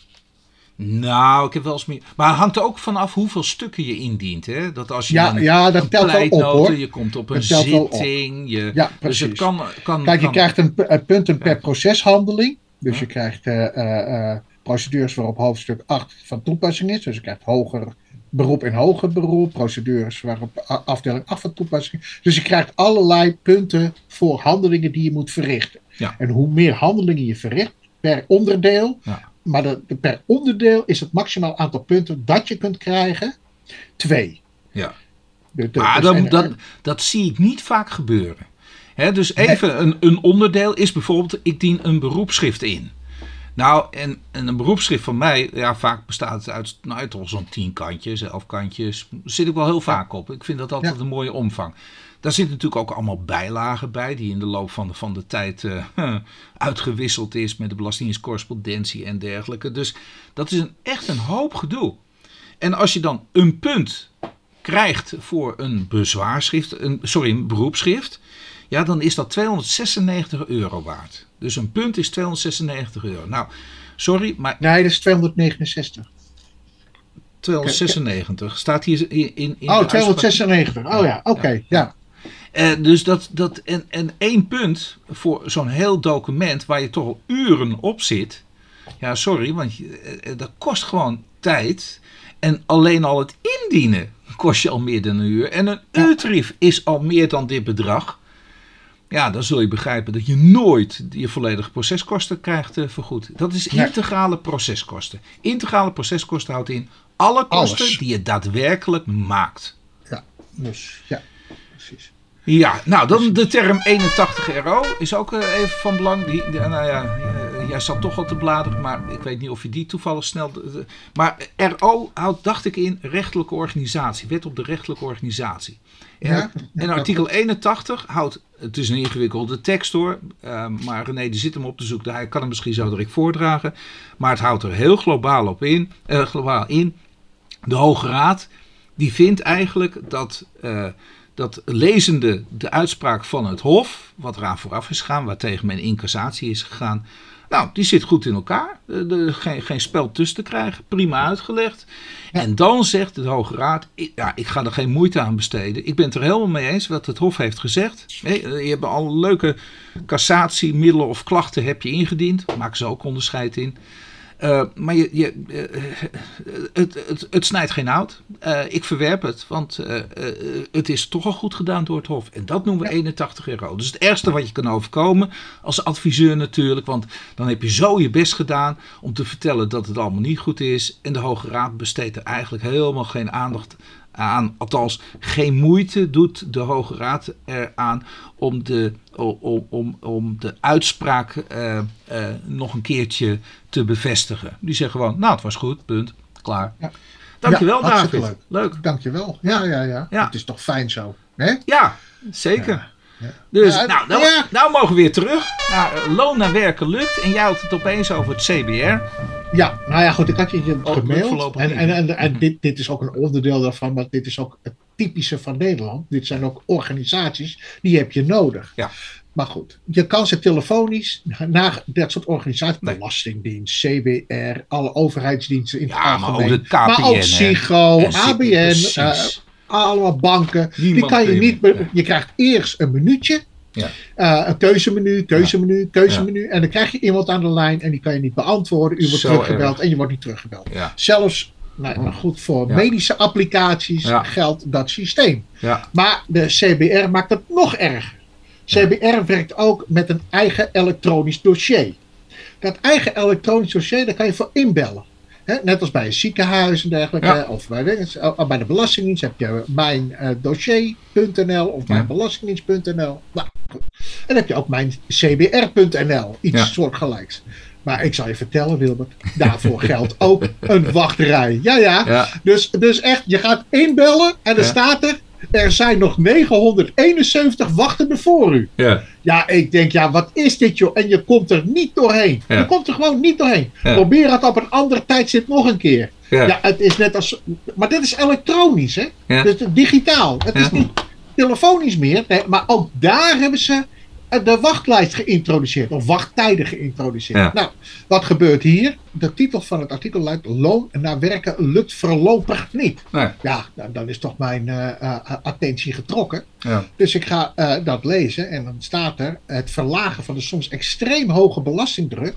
Nou, ik heb wel eens meer. Maar het hangt er ook vanaf hoeveel stukken je indient. Hè? Dat als je ja, een, ja, dat een telt wel op, hoor. Je komt op een zitting. Je, ja, precies. Dus het kan, kan, Kijk, je kan, krijgt een, een punten per proceshandeling. Dus ja. je krijgt uh, uh, uh, procedures waarop hoofdstuk acht van toepassing is. Dus je krijgt hoger beroep en hoger beroep. Procedures waarop afdeling acht van toepassing is. Dus je krijgt allerlei punten voor handelingen die je moet verrichten. Ja. En hoe meer handelingen je verricht per onderdeel... Ja. Maar de, de, per onderdeel is het maximaal aantal punten dat je kunt krijgen twee. Ja. De, de, maar dus dan, en, dat, dat zie ik niet vaak gebeuren. He, dus even nee. een, een onderdeel is bijvoorbeeld, ik dien een beroepsschrift in. Nou, en, en een beroepsschrift van mij, ja, vaak bestaat het uit nou, toch zo'n tien kantjes, elf kantjes. Daar zit ik wel heel vaak op. Ik vind dat altijd ja. een mooie omvang. Daar zitten natuurlijk ook allemaal bijlagen bij, die in de loop van de, van de tijd uh, uitgewisseld is met de belastingcorrespondentie en dergelijke. Dus dat is een, echt een hoop gedoe. En als je dan een punt krijgt voor een bezwaarschrift, een, sorry, een beroepsschrift, ja, dan is dat tweehonderdzesennegentig euro waard. Dus een punt is tweehonderdzesennegentig euro. Nou, sorry, maar... Nee, dat is tweehonderdnegenenzestig. tweehonderdzesennegentig. Staat hier in... in, in oh, tweehonderdzesennegentig. Oh ja, oké, okay, ja. ja. Uh, dus dat, dat en, en één punt voor zo'n heel document waar je toch al uren op zit. Ja, sorry, want je, uh, dat kost gewoon tijd. En alleen al het indienen kost je al meer dan een uur. En een ja. uurtarief is al meer dan dit bedrag. Ja, dan zul je begrijpen dat je nooit je volledige proceskosten krijgt uh, vergoed. Dat is integrale proceskosten. Integrale proceskosten houdt in alle kosten Alles. die je daadwerkelijk maakt. Ja, dus ja, precies. Ja, nou dan de term eenentachtig R O is ook uh, even van belang. Die, die, nou ja, uh, jij zat toch al te bladeren, maar ik weet niet of je die toevallig snel... Uh, maar R O houdt, dacht ik, in rechtelijke organisatie. Wet op de rechtelijke organisatie. Ja, ja, en artikel eenentachtig houdt, het is een ingewikkelde tekst hoor, uh, maar René die zit hem op te zoeken, hij kan hem misschien zo direct voordragen, maar het houdt er heel globaal op in, uh, globaal in. De Hoge Raad die vindt eigenlijk dat, uh, dat lezende de uitspraak van het Hof, wat eraan vooraf is gegaan, waartegen men in cassatie is gegaan, nou, die zit goed in elkaar. De, de, geen, geen spel tussen te krijgen. Prima uitgelegd. Ja. En dan zegt de Hoge Raad, ja, ik ga er geen moeite aan besteden. Ik ben het er helemaal mee eens wat het Hof heeft gezegd. Je hebt al leuke cassatiemiddelen of klachten heb je ingediend. Maak ze ook onderscheid in. Uh, maar je, je, uh, het, het, het snijdt geen hout. Uh, ik verwerp het, want uh, uh, het is toch al goed gedaan door het Hof. En dat noemen we ja. eenentachtig euro. Dus het ergste wat je kan overkomen als adviseur natuurlijk. Want dan heb je zo je best gedaan om te vertellen dat het allemaal niet goed is. En de Hoge Raad besteedt er eigenlijk helemaal geen aandacht aan. Althans, geen moeite doet de Hoge Raad eraan om de, om, om, om de uitspraak uh, uh, nog een keertje te bevestigen. Die zeggen gewoon, nou het was goed, punt, klaar. Ja. Dankjewel ja, David. Leuk. leuk. Dankjewel. Ja, ja, ja, ja. Het is toch fijn zo. Hè? Ja, zeker. Ja. Ja. Dus ja, nou, nou, ja. nou mogen we weer terug naar loon naar werken lukt. En jij had het opeens over het C B R. Ja, nou ja goed, ik had je je gemaild. En, en, en, en dit, dit is ook een onderdeel daarvan, maar dit is ook het typische van Nederland. Dit zijn ook organisaties, die heb je nodig. Ja. Maar goed, je kan ze telefonisch naar dat soort organisaties, nee. Belastingdienst, C B R, alle overheidsdiensten in het ja, algemeen. Maar ook de K P N. Maar ook SIGO, A B N, uh, allemaal banken. Niemand die kan je niet. Be- ja. Je krijgt eerst een minuutje. Ja. Uh, een keuzemenu, keuzemenu, keuzemenu. Ja. En dan krijg je iemand aan de lijn en die kan je niet beantwoorden. U wordt Zo teruggebeld erg. En je wordt niet teruggebeld. Ja. Zelfs, nou, nou goed, voor ja. medische applicaties ja. geldt dat systeem. Ja. Maar de C B R maakt het nog erger. C B R ja. werkt ook met een eigen elektronisch dossier. Dat eigen elektronisch dossier, daar kan je voor inbellen. He, Hè, net als bij een ziekenhuis en dergelijke. Ja. Of bij, bij de Belastingdienst heb je mijn uh, dossier punt n l of mijn Ja. belastingdienst punt n l. Nou, goed. En dan heb je ook mijn c b r punt n l. Iets Ja. soortgelijks. Maar ik zal je vertellen, Wilbert, daarvoor geldt ook een wachtrij. Ja, ja. Ja. Dus, dus echt, je gaat inbellen en er Ja. staat er, er zijn nog negenhonderdeenenzeventig wachtenden voor u. Ja. Ja, ik denk, ja, wat is dit joh? En je komt er niet doorheen. Ja. Je komt er gewoon niet doorheen. Ja. Probeer het op een andere tijdstip nog een keer. Ja. Ja, het is net als... Maar dit is elektronisch, hè? Ja. Dus digitaal. Het is Ja. niet telefonisch meer. Nee, maar ook daar hebben ze de wachtlijst geïntroduceerd. Of wachttijden geïntroduceerd. Ja. Nou, wat gebeurt hier? De titel van het artikel luidt: loon naar werken lukt voorlopig niet. Nee. Ja, dan, dan is toch mijn uh, uh, attentie getrokken. Ja. Dus ik ga uh, dat lezen en dan staat er: het verlagen van de soms extreem hoge belastingdruk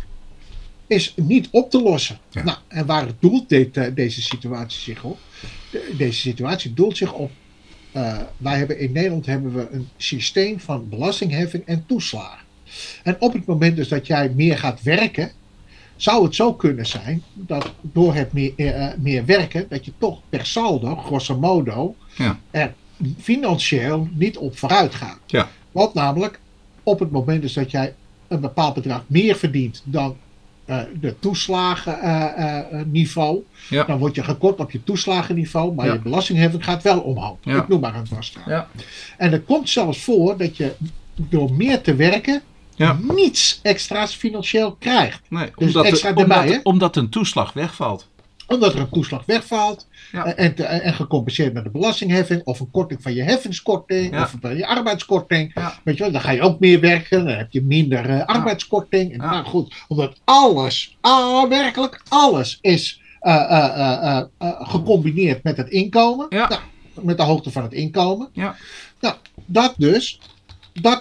is niet op te lossen. Ja. Nou, en waar doelt dit, uh, deze situatie zich op? De, deze situatie doelt zich op. Uh, wij hebben in Nederland hebben we een systeem van belastingheffing en toeslagen. En op het moment dus dat jij meer gaat werken, zou het zo kunnen zijn dat door het meer, uh, meer werken, dat je toch per saldo, grosso modo, Ja. er financieel niet op vooruit gaat. Ja. Want namelijk, op het moment dus dat jij een bepaald bedrag meer verdient dan uh, de toeslagenniveau, uh, uh, Ja. dan word je gekort op je toeslagenniveau, maar Ja. je belastingheffing gaat wel omhoog. Ja. Ik noem maar een vaststaat. Ja. En er komt zelfs voor dat je door meer te werken Ja. niets extra's financieel krijgt. Nee, Dus omdat, extra de, erbij, omdat, hè? omdat een toeslag wegvalt. Omdat er een toeslag wegvalt Ja. uh, en, te, en gecompenseerd met de belastingheffing of een korting van je heffingskorting Ja. of van je arbeidskorting. Ja. Weet je wel, dan ga je ook meer werken, dan heb je minder uh, arbeidskorting. En, Ja. Nou goed, omdat alles, ah, werkelijk alles is uh, uh, uh, uh, uh, gecombineerd met het inkomen. Ja. Nou, met de hoogte van het inkomen. Ja. Nou, dat dus, dat,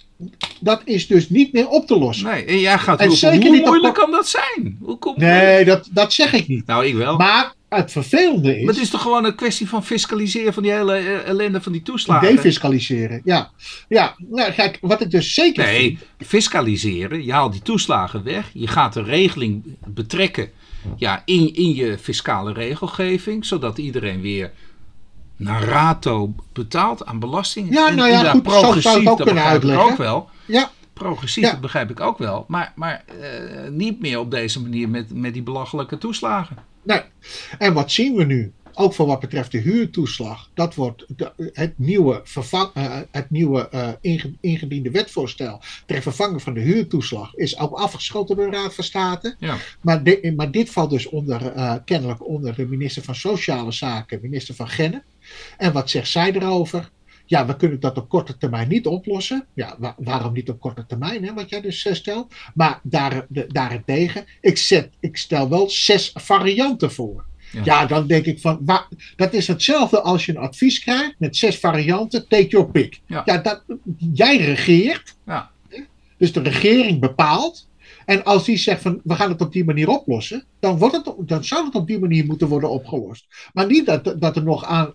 dat is dus niet meer op te lossen. Nee, en jij gaat En roepen, zeker hoe niet op moeilijk kort- kan dat zijn? Hoe komt Nee, dat, dat zeg ik niet. Nou, ik wel. Maar het vervelende is... Maar het is toch gewoon een kwestie van fiscaliseren van die hele eh, ellende van die toeslagen? defiscaliseren, ja. Ja, nou kijk, wat ik dus zeker Nee, vind... fiscaliseren. Je haalt die toeslagen weg. Je gaat de regeling betrekken ja, in, in je fiscale regelgeving. Zodat iedereen weer naar rato betaalt aan belasting. Ja, En nou ja, inderdaad, goed, zo zou je het progressief, ook dat kunnen begrijp ik uitleggen. ook wel. Ja, Progressief, Ja. dat begrijp ik ook wel. Maar, maar uh, niet meer op deze manier met, met die belachelijke toeslagen. nee. En wat zien we nu? Ook voor wat betreft de huurtoeslag. Dat wordt de, het nieuwe, vervang, uh, het nieuwe uh, inge, ingediende wetvoorstel ter vervanging van de huurtoeslag is ook afgeschoten door de Raad van State. Ja. Maar, de, maar dit valt dus onder, uh, kennelijk onder de minister van Sociale Zaken, minister van Genne. En wat zegt zij erover? Ja, we kunnen dat op korte termijn niet oplossen. Ja, wa- waarom niet op korte termijn, hè, wat jij dus uh, stelt. Maar daar, de, daarentegen, ik, zet, ik stel wel zes varianten voor. Ja. Ja, dan denk ik van, wa- dat is hetzelfde als je een advies krijgt met zes varianten, take your pick. Ja. Ja, dat, jij regeert, Ja. dus de regering bepaalt. En als die zegt van, we gaan het op die manier oplossen, dan, wordt het, dan zou het op die manier moeten worden opgelost. Maar niet dat, dat er nog aan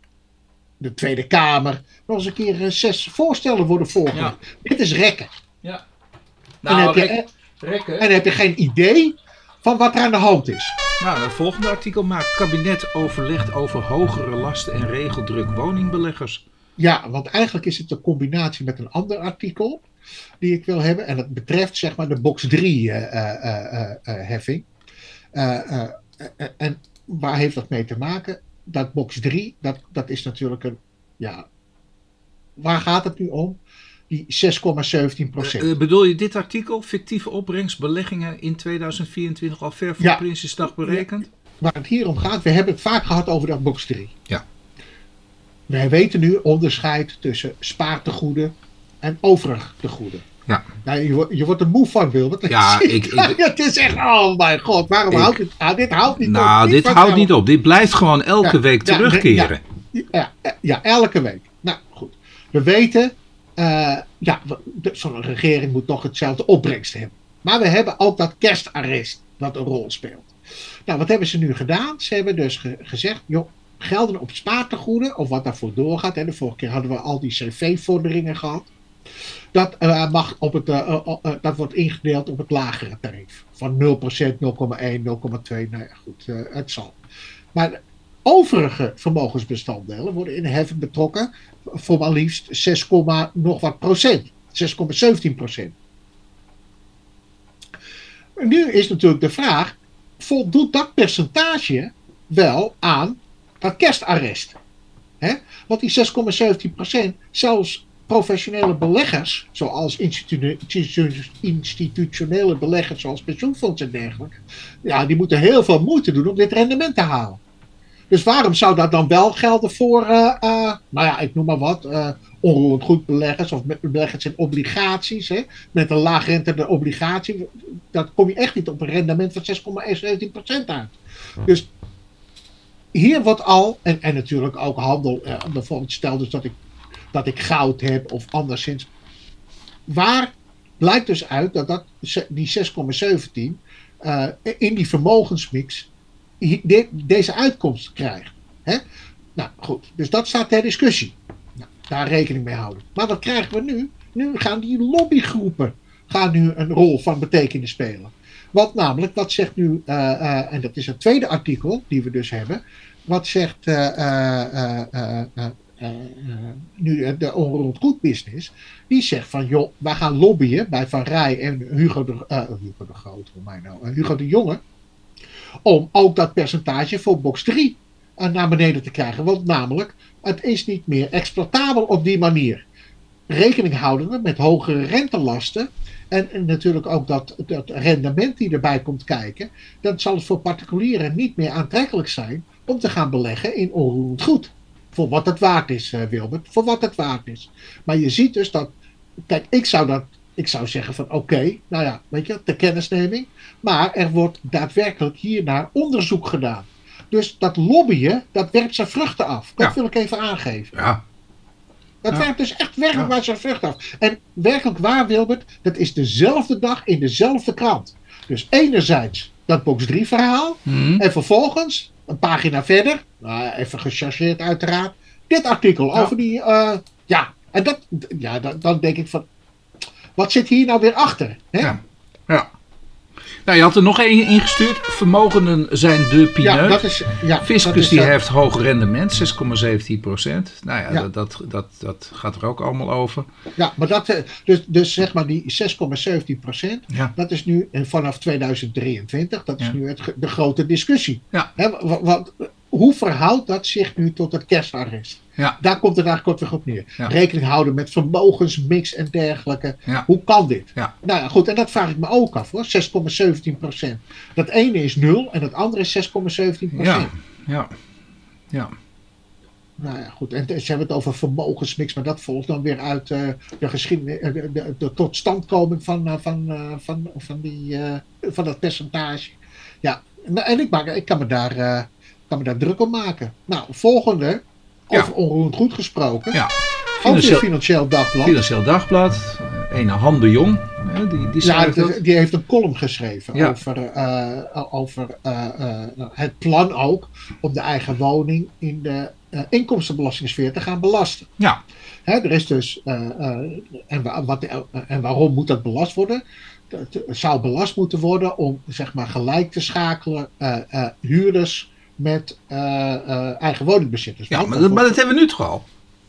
de Tweede Kamer nog eens een keer uh, zes voorstellen worden voorgelegd. Ja. Dit is rekken. Ja. en, dan Nou, heb je, rek, rekken. en dan heb je geen idee van wat er aan de hand is. Nou, het volgende artikel maakt kabinet overlegt over hogere lasten en regeldruk woningbeleggers. Ja, want eigenlijk is het een combinatie met een ander artikel die ik wil hebben. En dat betreft zeg maar de box drie uh, uh, uh, uh, heffing. Uh, uh, uh, en waar heeft dat mee te maken? Dat box drie, dat, dat is natuurlijk een, ja, waar gaat het nu om? Die zes komma zeventien procent. Uh, uh, bedoel je dit artikel? Fictieve opbrengst beleggingen in tweeduizend vierentwintig al ver voor Ja. Prinsjesdag berekend? Waar het hier om gaat, we hebben het vaak gehad over dat box drie. Ja. Wij weten nu onderscheid tussen spaartegoeden en overige tegoeden. Ja. Nou, je, wordt- je wordt er moe van, Wilbert. Ja, ik- ik- het is echt, oh mijn god, waarom Ik- houdt dit, ah, dit houdt niet op. Nou, dit van houdt jou. niet op. Dit blijft gewoon elke Ja, week ja, terugkeren. Ja, ja, ja, elke week. Nou, goed. We weten, uh, ja, we- de- zo'n regering moet toch hetzelfde opbrengst hebben. Maar we hebben ook dat kerstarrest dat een rol speelt. Nou, wat hebben ze nu gedaan? Ze hebben dus ge- gezegd, joh, gelden op spaartegoeden, of wat daarvoor doorgaat. Hè. De vorige keer hadden we al die C V-vorderingen gehad. Dat, uh, mag op het, uh, uh, uh, dat wordt ingedeeld op het lagere tarief. Van nul procent, nul komma één, nul komma twee. Nou ja, goed, uh, het zal. Maar de overige vermogensbestanddelen worden in de heffing betrokken voor maar liefst zes, nog wat procent. zes komma zeventien procent. Nu is natuurlijk de vraag, voldoet dat percentage wel aan dat kerstarrest? Hè? Want die zes komma zeventien procent, zelfs professionele beleggers, zoals institu- institutionele beleggers, zoals pensioenfondsen en dergelijke, ja, die moeten heel veel moeite doen om dit rendement te halen. Dus waarom zou dat dan wel gelden voor, uh, uh, nou ja, ik noem maar wat, uh, onroerend goed beleggers of beleggers in obligaties, hè, met een laagrente obligatie, dat kom je echt niet op een rendement van zes komma zeventien procent uit. Dus hier wordt al, en, en natuurlijk ook handel, uh, bijvoorbeeld stel dus dat ik, dat ik goud heb of anderszins, waar blijkt dus uit dat, dat die zes komma zeventien uh, in die vermogensmix De, deze uitkomst krijgt. Hè? Nou goed, dus dat staat ter discussie. Nou, daar rekening mee houden. Maar wat krijgen we nu? Nu gaan die lobbygroepen gaan nu een rol van betekenis spelen. Want namelijk, wat zegt nu, uh, uh, en dat is het tweede artikel die we dus hebben, wat zegt uh, uh, uh, uh, uh, uh, nu de onroerend goed business, die zegt van joh, wij gaan lobbyen bij Van Rij en Hugo de, uh, Hugo de Groot, hoe mij nou, uh, Hugo de Jonge, om ook dat percentage voor box drie naar beneden te krijgen. Want namelijk, het is niet meer exploitabel op die manier. Rekening houdende met hogere rentelasten. En, en natuurlijk ook dat, dat rendement die erbij komt kijken. Dan zal het voor particulieren niet meer aantrekkelijk zijn om te gaan beleggen in onroerend goed. Voor wat het waard is, uh, Wilbert. Voor wat het waard is. Maar je ziet dus dat, kijk, ik zou dat Ik zou zeggen van oké, okay, nou ja, weet je, ter kennisneming. Maar er wordt daadwerkelijk hiernaar onderzoek gedaan. Dus dat lobbyen, dat werpt zijn vruchten af. Dat ja. wil ik even aangeven. Ja. Dat ja. werpt dus echt werkelijk ja. waar zijn vruchten af. En werkelijk waar, Wilbert, dat is dezelfde dag in dezelfde krant. Dus enerzijds dat box drie verhaal. Mm-hmm. En vervolgens, een pagina verder, nou, even gechargeerd uiteraard, dit artikel ja. over die, uh, ja, en dat, ja, dan, dan denk ik van, wat zit hier nou weer achter? Hè? Ja, ja. Nou, je had er nog één ingestuurd. Vermogenden zijn de pineut. Ja, dat is, ja, Fiscus dat is, die uh, heeft hoog rendement, zes komma zeventien procent. Nou ja, ja. Dat, dat, dat, dat gaat er ook allemaal over. Ja, maar dat, dus, dus zeg maar die zes komma zeventien procent, ja. dat is nu vanaf tweeduizend drieëntwintig, dat is ja. nu het, de grote discussie. Ja. Hè, wat, wat, hoe verhoudt dat zich nu tot het kerstarrest? Ja. Daar komt het eigenlijk kortweg op neer. Ja. Rekening houden met vermogensmix en dergelijke. Ja. Hoe kan dit? Ja. Nou ja, goed, en dat vraag ik me ook af hoor. zes komma zeventien procent. Dat ene is nul en het andere is zes komma zeventien procent. Ja, ja, ja. Nou ja, goed. En ze hebben het over vermogensmix, maar dat volgt dan weer uit uh, de geschiedenis, uh, de, de, de totstandkoming van, uh, van, uh, van, van, die, uh, van dat percentage. Ja, en ik, maak, ik kan, me daar, uh, kan me daar druk om maken. Nou, volgende, over ja. onroerend goed gesproken. Ja. Financieel, Financieel Dagblad. Financieel Dagblad. Een Han de Jong. Hè, die, die, ja, die, die heeft een column geschreven ja. over, uh, over uh, uh, het plan ook om de eigen woning in de uh, inkomstenbelastingssfeer te gaan belasten. Ja. Hè, er is dus, uh, uh, en, wat, uh, en waarom moet dat belast worden? Het zou belast moeten worden om zeg maar gelijk te schakelen uh, uh, huurders met uh, uh, eigen woningbezitters. Ja, maar dat, maar dat hebben we nu toch al?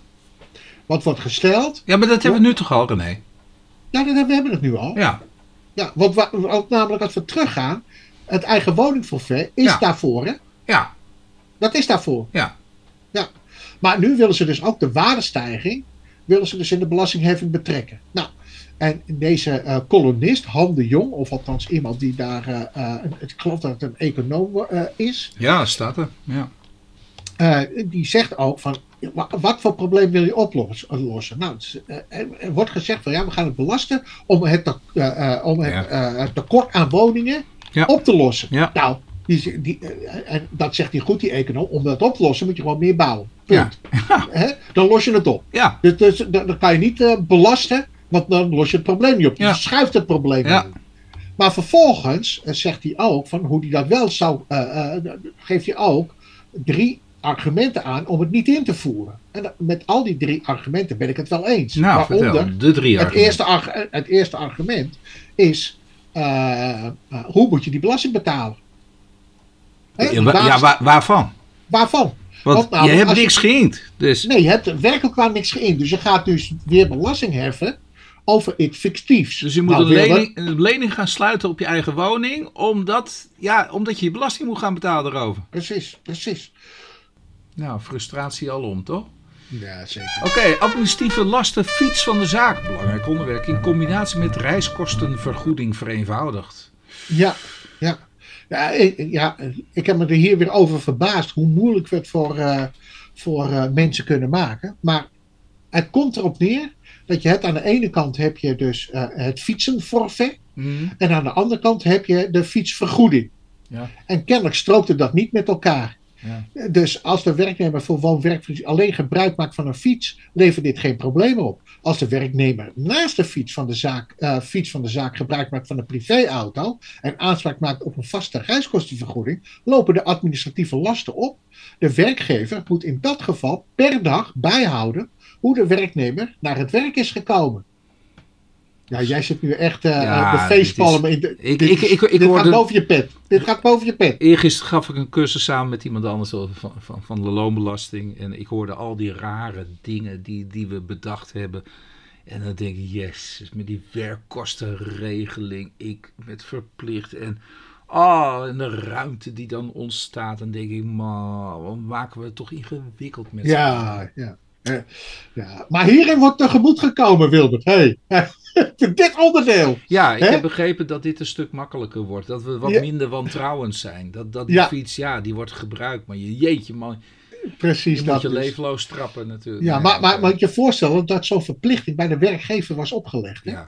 Wat wordt gesteld? Ja, maar dat hebben we nu toch al, René? Ja, dat hebben, we hebben het nu al. Ja. Ja, want, want namelijk als we teruggaan, het eigen woningforfait is ja. daarvoor, hè? Ja. Dat is daarvoor. Ja. Ja. Maar nu willen ze dus ook de waardestijging, willen ze dus in de belastingheffing betrekken. Nou, en deze uh, columnist, Han de Jong, of althans iemand die daar, uh, uh, ik geloof dat het een econoom uh, is. Ja, staat er. Ja. Uh, die zegt ook van, wat voor probleem wil je oplossen? Nou, er wordt gezegd van ja, we gaan het belasten om het, te, uh, uh, om het, ja. uh, het tekort aan woningen ja. op te lossen. Ja. Nou, die, die, uh, en dat zegt hij goed, die econoom. Om dat op te lossen moet je gewoon meer bouwen. Punt. Ja. He? Dan los je het op. Ja. Dus, dus dan kan je niet uh, belasten, want dan los je het probleem niet op. Ja. Je schuift het probleem ja. in. Maar vervolgens uh, zegt hij ook van hoe hij dat wel zou, uh, uh, geeft hij ook drie argumenten aan om het niet in te voeren. En met al die drie argumenten ben ik het wel eens. Nou, vertel, de drie het eerste, arg- het eerste argument is, uh, uh, hoe moet je die belasting betalen? He, ja, waar, ja waar, waarvan? Waarvan? Want, Want nou, je hebt niks je, geïnd. Dus. Nee, je hebt werkelijk waar niks geïnd. Dus je gaat dus weer belasting heffen over iets fictiefs. Dus je moet nou, een, lening, een lening gaan sluiten op je eigen woning, omdat, ja, omdat je je belasting moet gaan betalen erover. Precies, precies. Nou, frustratie alom, toch? Ja, zeker. Oké, okay, administratieve lasten, fiets van de zaak. Belangrijk onderwerp. In combinatie met reiskostenvergoeding vereenvoudigd. Ja, ja. Ja ik, ja, ik heb me er hier weer over verbaasd hoe moeilijk we het voor, uh, voor uh, mensen kunnen maken. Maar het komt erop neer dat je het aan de ene kant heb je dus uh, het fietsenforfait. Mm. En aan de andere kant heb je de fietsvergoeding. Ja. En kennelijk strookte dat niet met elkaar. Ja. Dus als de werknemer voor woon-werkvergunning alleen gebruik maakt van een fiets, levert dit geen problemen op. Als de werknemer naast de fiets van de zaak, uh, fiets van de zaak gebruik maakt van een privéauto en aanspraak maakt op een vaste reiskostenvergoeding, lopen de administratieve lasten op. De werkgever moet in dat geval per dag bijhouden hoe de werknemer naar het werk is gekomen. Ja, jij zit nu echt uh, ja, de facepalmen in de... Ik, dit, ik, ik, ik dit hoorde, gaat boven je pet. Dit gaat boven je pet. Eergisteren gaf ik een cursus samen met iemand anders van, van, van de loonbelasting. En ik hoorde al die rare dingen die, die we bedacht hebben. En dan denk ik, yes, met die werkkostenregeling, ik met verplicht en... Oh, en de ruimte die dan ontstaat. Dan denk ik, man, wat maken we het toch ingewikkeld met Ja, ja. Uh, ja. Maar hierin wordt tegemoet gekomen, Wilbert. Hey. Dit onderdeel. Ja, ik He? heb begrepen dat dit een stuk makkelijker wordt. Dat we wat ja. minder wantrouwend zijn. Dat, dat die ja. fiets, ja, die wordt gebruikt. Maar je, jeetje man, Precies je dat moet je dus. leefloos trappen natuurlijk. Ja, maar, maar, maar moet je je voorstellen dat zo'n verplichting bij de werkgever was opgelegd. Hè? Ja.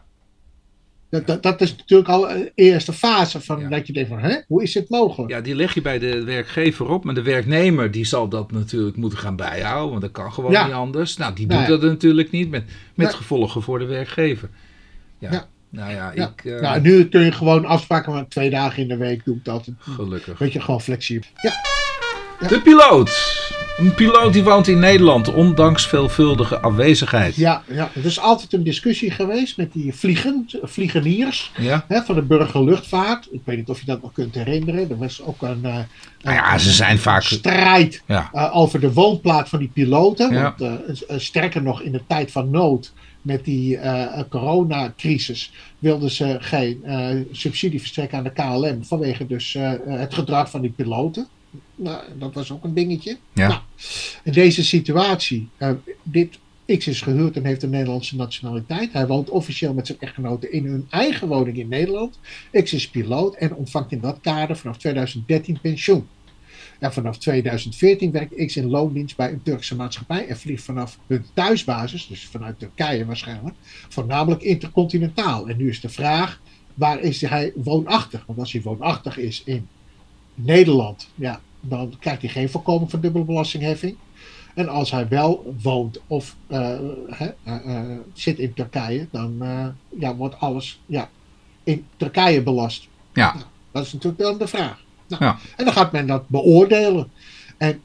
Dat, dat, dat is natuurlijk al de eerste fase van ja. dat je denkt van, hè, hoe is dit mogelijk? Ja, die leg je bij de werkgever op, maar de werknemer die zal dat natuurlijk moeten gaan bijhouden, want dat kan gewoon ja. niet anders. Nou, die doet nee. dat natuurlijk niet, met, met nee. gevolgen voor de werkgever. Ja, ja. nou ja, ja. ik... Uh... Nou, nu kun je gewoon afspraken, maar twee dagen in de week doe ik dat. Gelukkig. Weet je, gewoon flexibel. Ja. Ja. De piloot. Een piloot die woont in Nederland, ondanks veelvuldige afwezigheid. Ja, ja, er is altijd een discussie geweest met die vliegen, vliegeniers ja. hè, van de burgerluchtvaart. Ik weet niet of je dat nog kunt herinneren. Er was ook een, uh, nou ja, ze zijn een vaak... strijd ja. uh, over de woonplaats van die piloten. Ja. Want uh, sterker nog, in de tijd van nood met die uh, coronacrisis wilden ze geen uh, subsidie verstrekken aan de K L M vanwege dus uh, het gedrag van die piloten. Nou, dat was ook een dingetje. Ja. Nou, in deze situatie, uh, dit X is gehuurd en heeft een Nederlandse nationaliteit. Hij woont officieel met zijn echtgenote in hun eigen woning in Nederland. X is piloot en ontvangt in dat kader vanaf tweeduizend dertien pensioen. En vanaf tweeduizend veertien werkt X in loondienst bij een Turkse maatschappij en vliegt vanaf hun thuisbasis, dus vanuit Turkije waarschijnlijk, voornamelijk intercontinentaal. En nu is de vraag, waar is hij woonachtig? Want als hij woonachtig is in Nederland, ja, dan krijgt hij geen voorkoming van dubbele belastingheffing. En als hij wel woont of uh, uh, uh, uh, zit in Turkije, dan uh, ja, wordt alles ja, in Turkije belast. Ja. Nou, dat is natuurlijk dan de vraag. Nou, ja. En dan gaat men dat beoordelen. En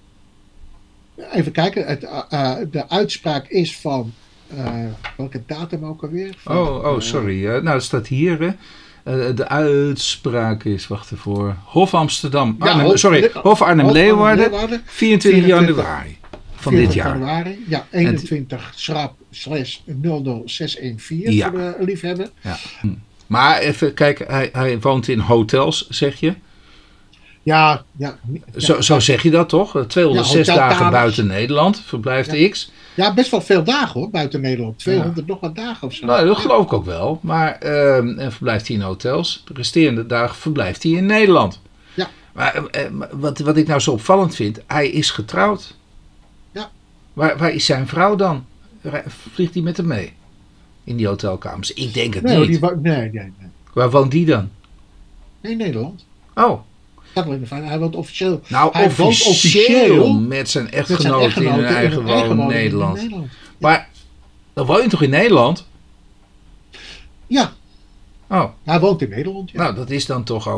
even kijken, het, uh, uh, de uitspraak is van, uh, welke datum ook alweer? Van, oh, oh, sorry. Uh, nou, dat staat hier, hè. Uh, de uitspraak is, wacht ervoor, Hof Amsterdam, ja, Arnhem, Hof, sorry, Hof Arnhem-Leeuwarden, vierentwintig januari van dit jaar. Januari, ja, eenentwintig schrap slash nul nul zes een vier ja. voor de liefhebber. Ja. Hm. Maar even kijken, hij, hij woont in hotels, zeg je? Ja, ja. ja. Zo, zo zeg je dat toch? tweehonderdzes ja, dagen buiten Nederland verblijft ja. X. Ja, best wel veel dagen hoor, buiten Nederland. tweehonderd ja. nog wat dagen of zo. Nou, dat geloof ik ook wel. Maar uh, en verblijft hij in hotels. De resterende dagen verblijft hij in Nederland. Ja. Maar uh, wat, wat ik nou zo opvallend vind, hij is getrouwd. Ja. Waar, waar is zijn vrouw dan? Vliegt hij met hem mee? In die hotelkamers? Ik denk het nee, niet. Die wo- nee, nee, nee. Waar woont die dan? In Nederland. Oh. Hij woont officieel. Nou, hij officieel, woont officieel met zijn echtgenoot, met zijn echtgenoot in hun eigen, in eigen woon in Nederland. In Nederland. Ja. Maar dan woon je toch in Nederland? Ja. Oh. Hij woont in Nederland. Ja. Nou, dat is dan toch ook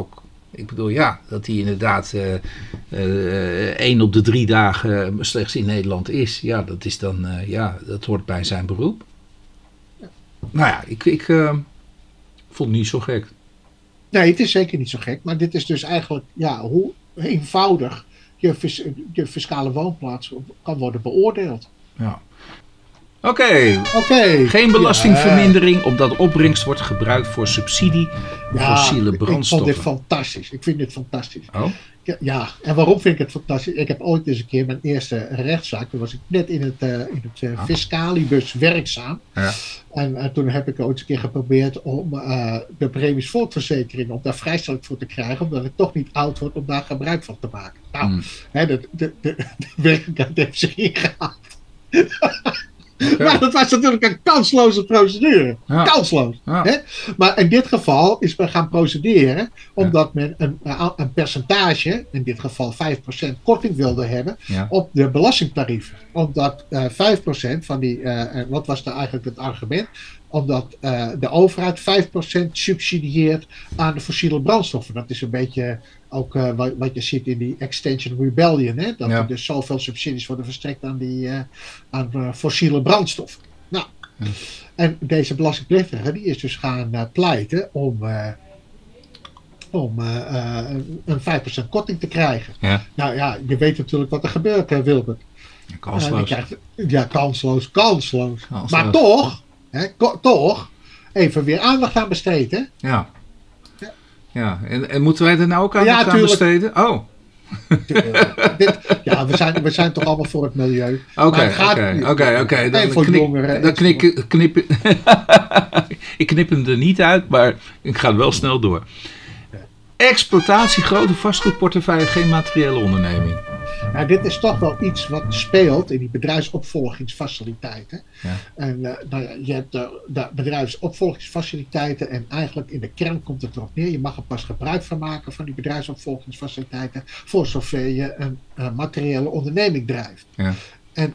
Ik bedoel, ja, dat hij inderdaad uh, uh, één op de drie dagen slechts in Nederland is. Ja, dat is dan, uh, ja, dat hoort bij zijn beroep. Ja. Nou ja, ik, ik uh, vond het niet zo gek. Nee, het is zeker niet zo gek. Maar dit is dus eigenlijk, ja, hoe eenvoudig je, fis- je fiscale woonplaats kan worden beoordeeld. Ja. Oké, okay. okay. Geen belastingvermindering ja. omdat opbrengst wordt gebruikt voor subsidie ja, fossiele brandstoffen. Ik vond dit fantastisch. Ik vind dit fantastisch. Oh? Ja, en waarom vind ik het fantastisch? Ik heb ooit eens een keer mijn eerste rechtszaak, toen was ik net in het, uh, in het uh, fiscalibus werkzaam. Ja. En uh, toen heb ik ooit eens een keer geprobeerd om uh, de premies voortverzekering, om daar vrijstelling voor te krijgen, omdat ik toch niet oud word om daar gebruik van te maken. Nou, mm. hè, de, de, de, de werkelijkheid heeft zich ingehaald. Okay. Maar dat was natuurlijk een kansloze procedure. Ja. Kansloos. Ja. Hè? Maar in dit geval is men gaan procederen omdat ja. men een, een percentage, in dit geval vijf procent korting wilde hebben ja. op de belastingtarieven. Omdat uh, vijf procent van die, uh, wat was daar eigenlijk het argument? Omdat uh, de overheid vijf procent subsidieert aan de fossiele brandstoffen. Dat is een beetje ook uh, wat, wat je ziet in die Extinction Rebellion. Hè? Dat ja. er dus zoveel subsidies worden verstrekt aan die uh, aan, uh, fossiele brandstoffen. Nou, ja. En deze belastingplichtige die is dus gaan uh, pleiten om, uh, om uh, uh, een vijf procent korting te krijgen. Ja. Nou ja, je weet natuurlijk wat er gebeurt, hè, Wilbert. Kansloos. Uh, krijgt, ja, kansloos, kansloos. kansloos. Maar toch... He, ko- toch even weer aandacht aan besteden. Ja. Ja. ja. En, en moeten wij er nou ook aandacht ja, aan besteden? Oh. Dit, ja, we zijn, we zijn toch allemaal voor het milieu. Oké, oké, oké, oké. Dan voor knik, jongeren. Dan knip, knip, ik knip hem er niet uit, maar ik ga wel snel door. Exploitatie, grote vastgoedportefeuille, geen materiële onderneming. Nou, dit is toch wel iets wat speelt in die bedrijfsopvolgingsfaciliteiten. Ja. En uh, nou ja, je hebt de, de bedrijfsopvolgingsfaciliteiten en eigenlijk in de kern komt het erop neer. Je mag er pas gebruik van maken van die bedrijfsopvolgingsfaciliteiten voor zover je een uh, materiële onderneming drijft. Ja. En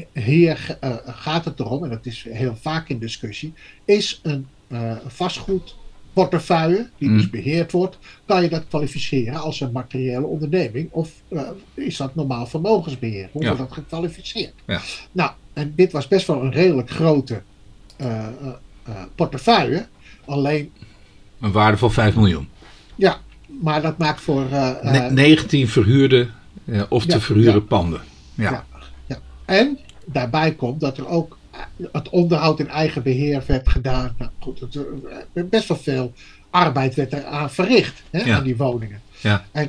hier uh, gaat het erom, en dat is heel vaak in discussie, is een uh, vastgoed portefeuille, die mm. dus beheerd wordt, kan je dat kwalificeren als een materiële onderneming of uh, is dat normaal vermogensbeheer? Hoe wordt ja. dat gekwalificeerd? Ja. Nou, en dit was best wel een redelijk grote uh, uh, uh, portefeuille, alleen... Een waarde van vijf miljoen. Ja, maar dat maakt voor... Uh, uh, ne- negentien verhuurde uh, of te ja, verhuren ja. panden. Ja. Ja, ja. En daarbij komt dat er ook het onderhoud in eigen beheer werd gedaan. Nou, goed, het, uh, best wel veel arbeid werd er aan verricht, hè, ja. aan die woningen. Ja. En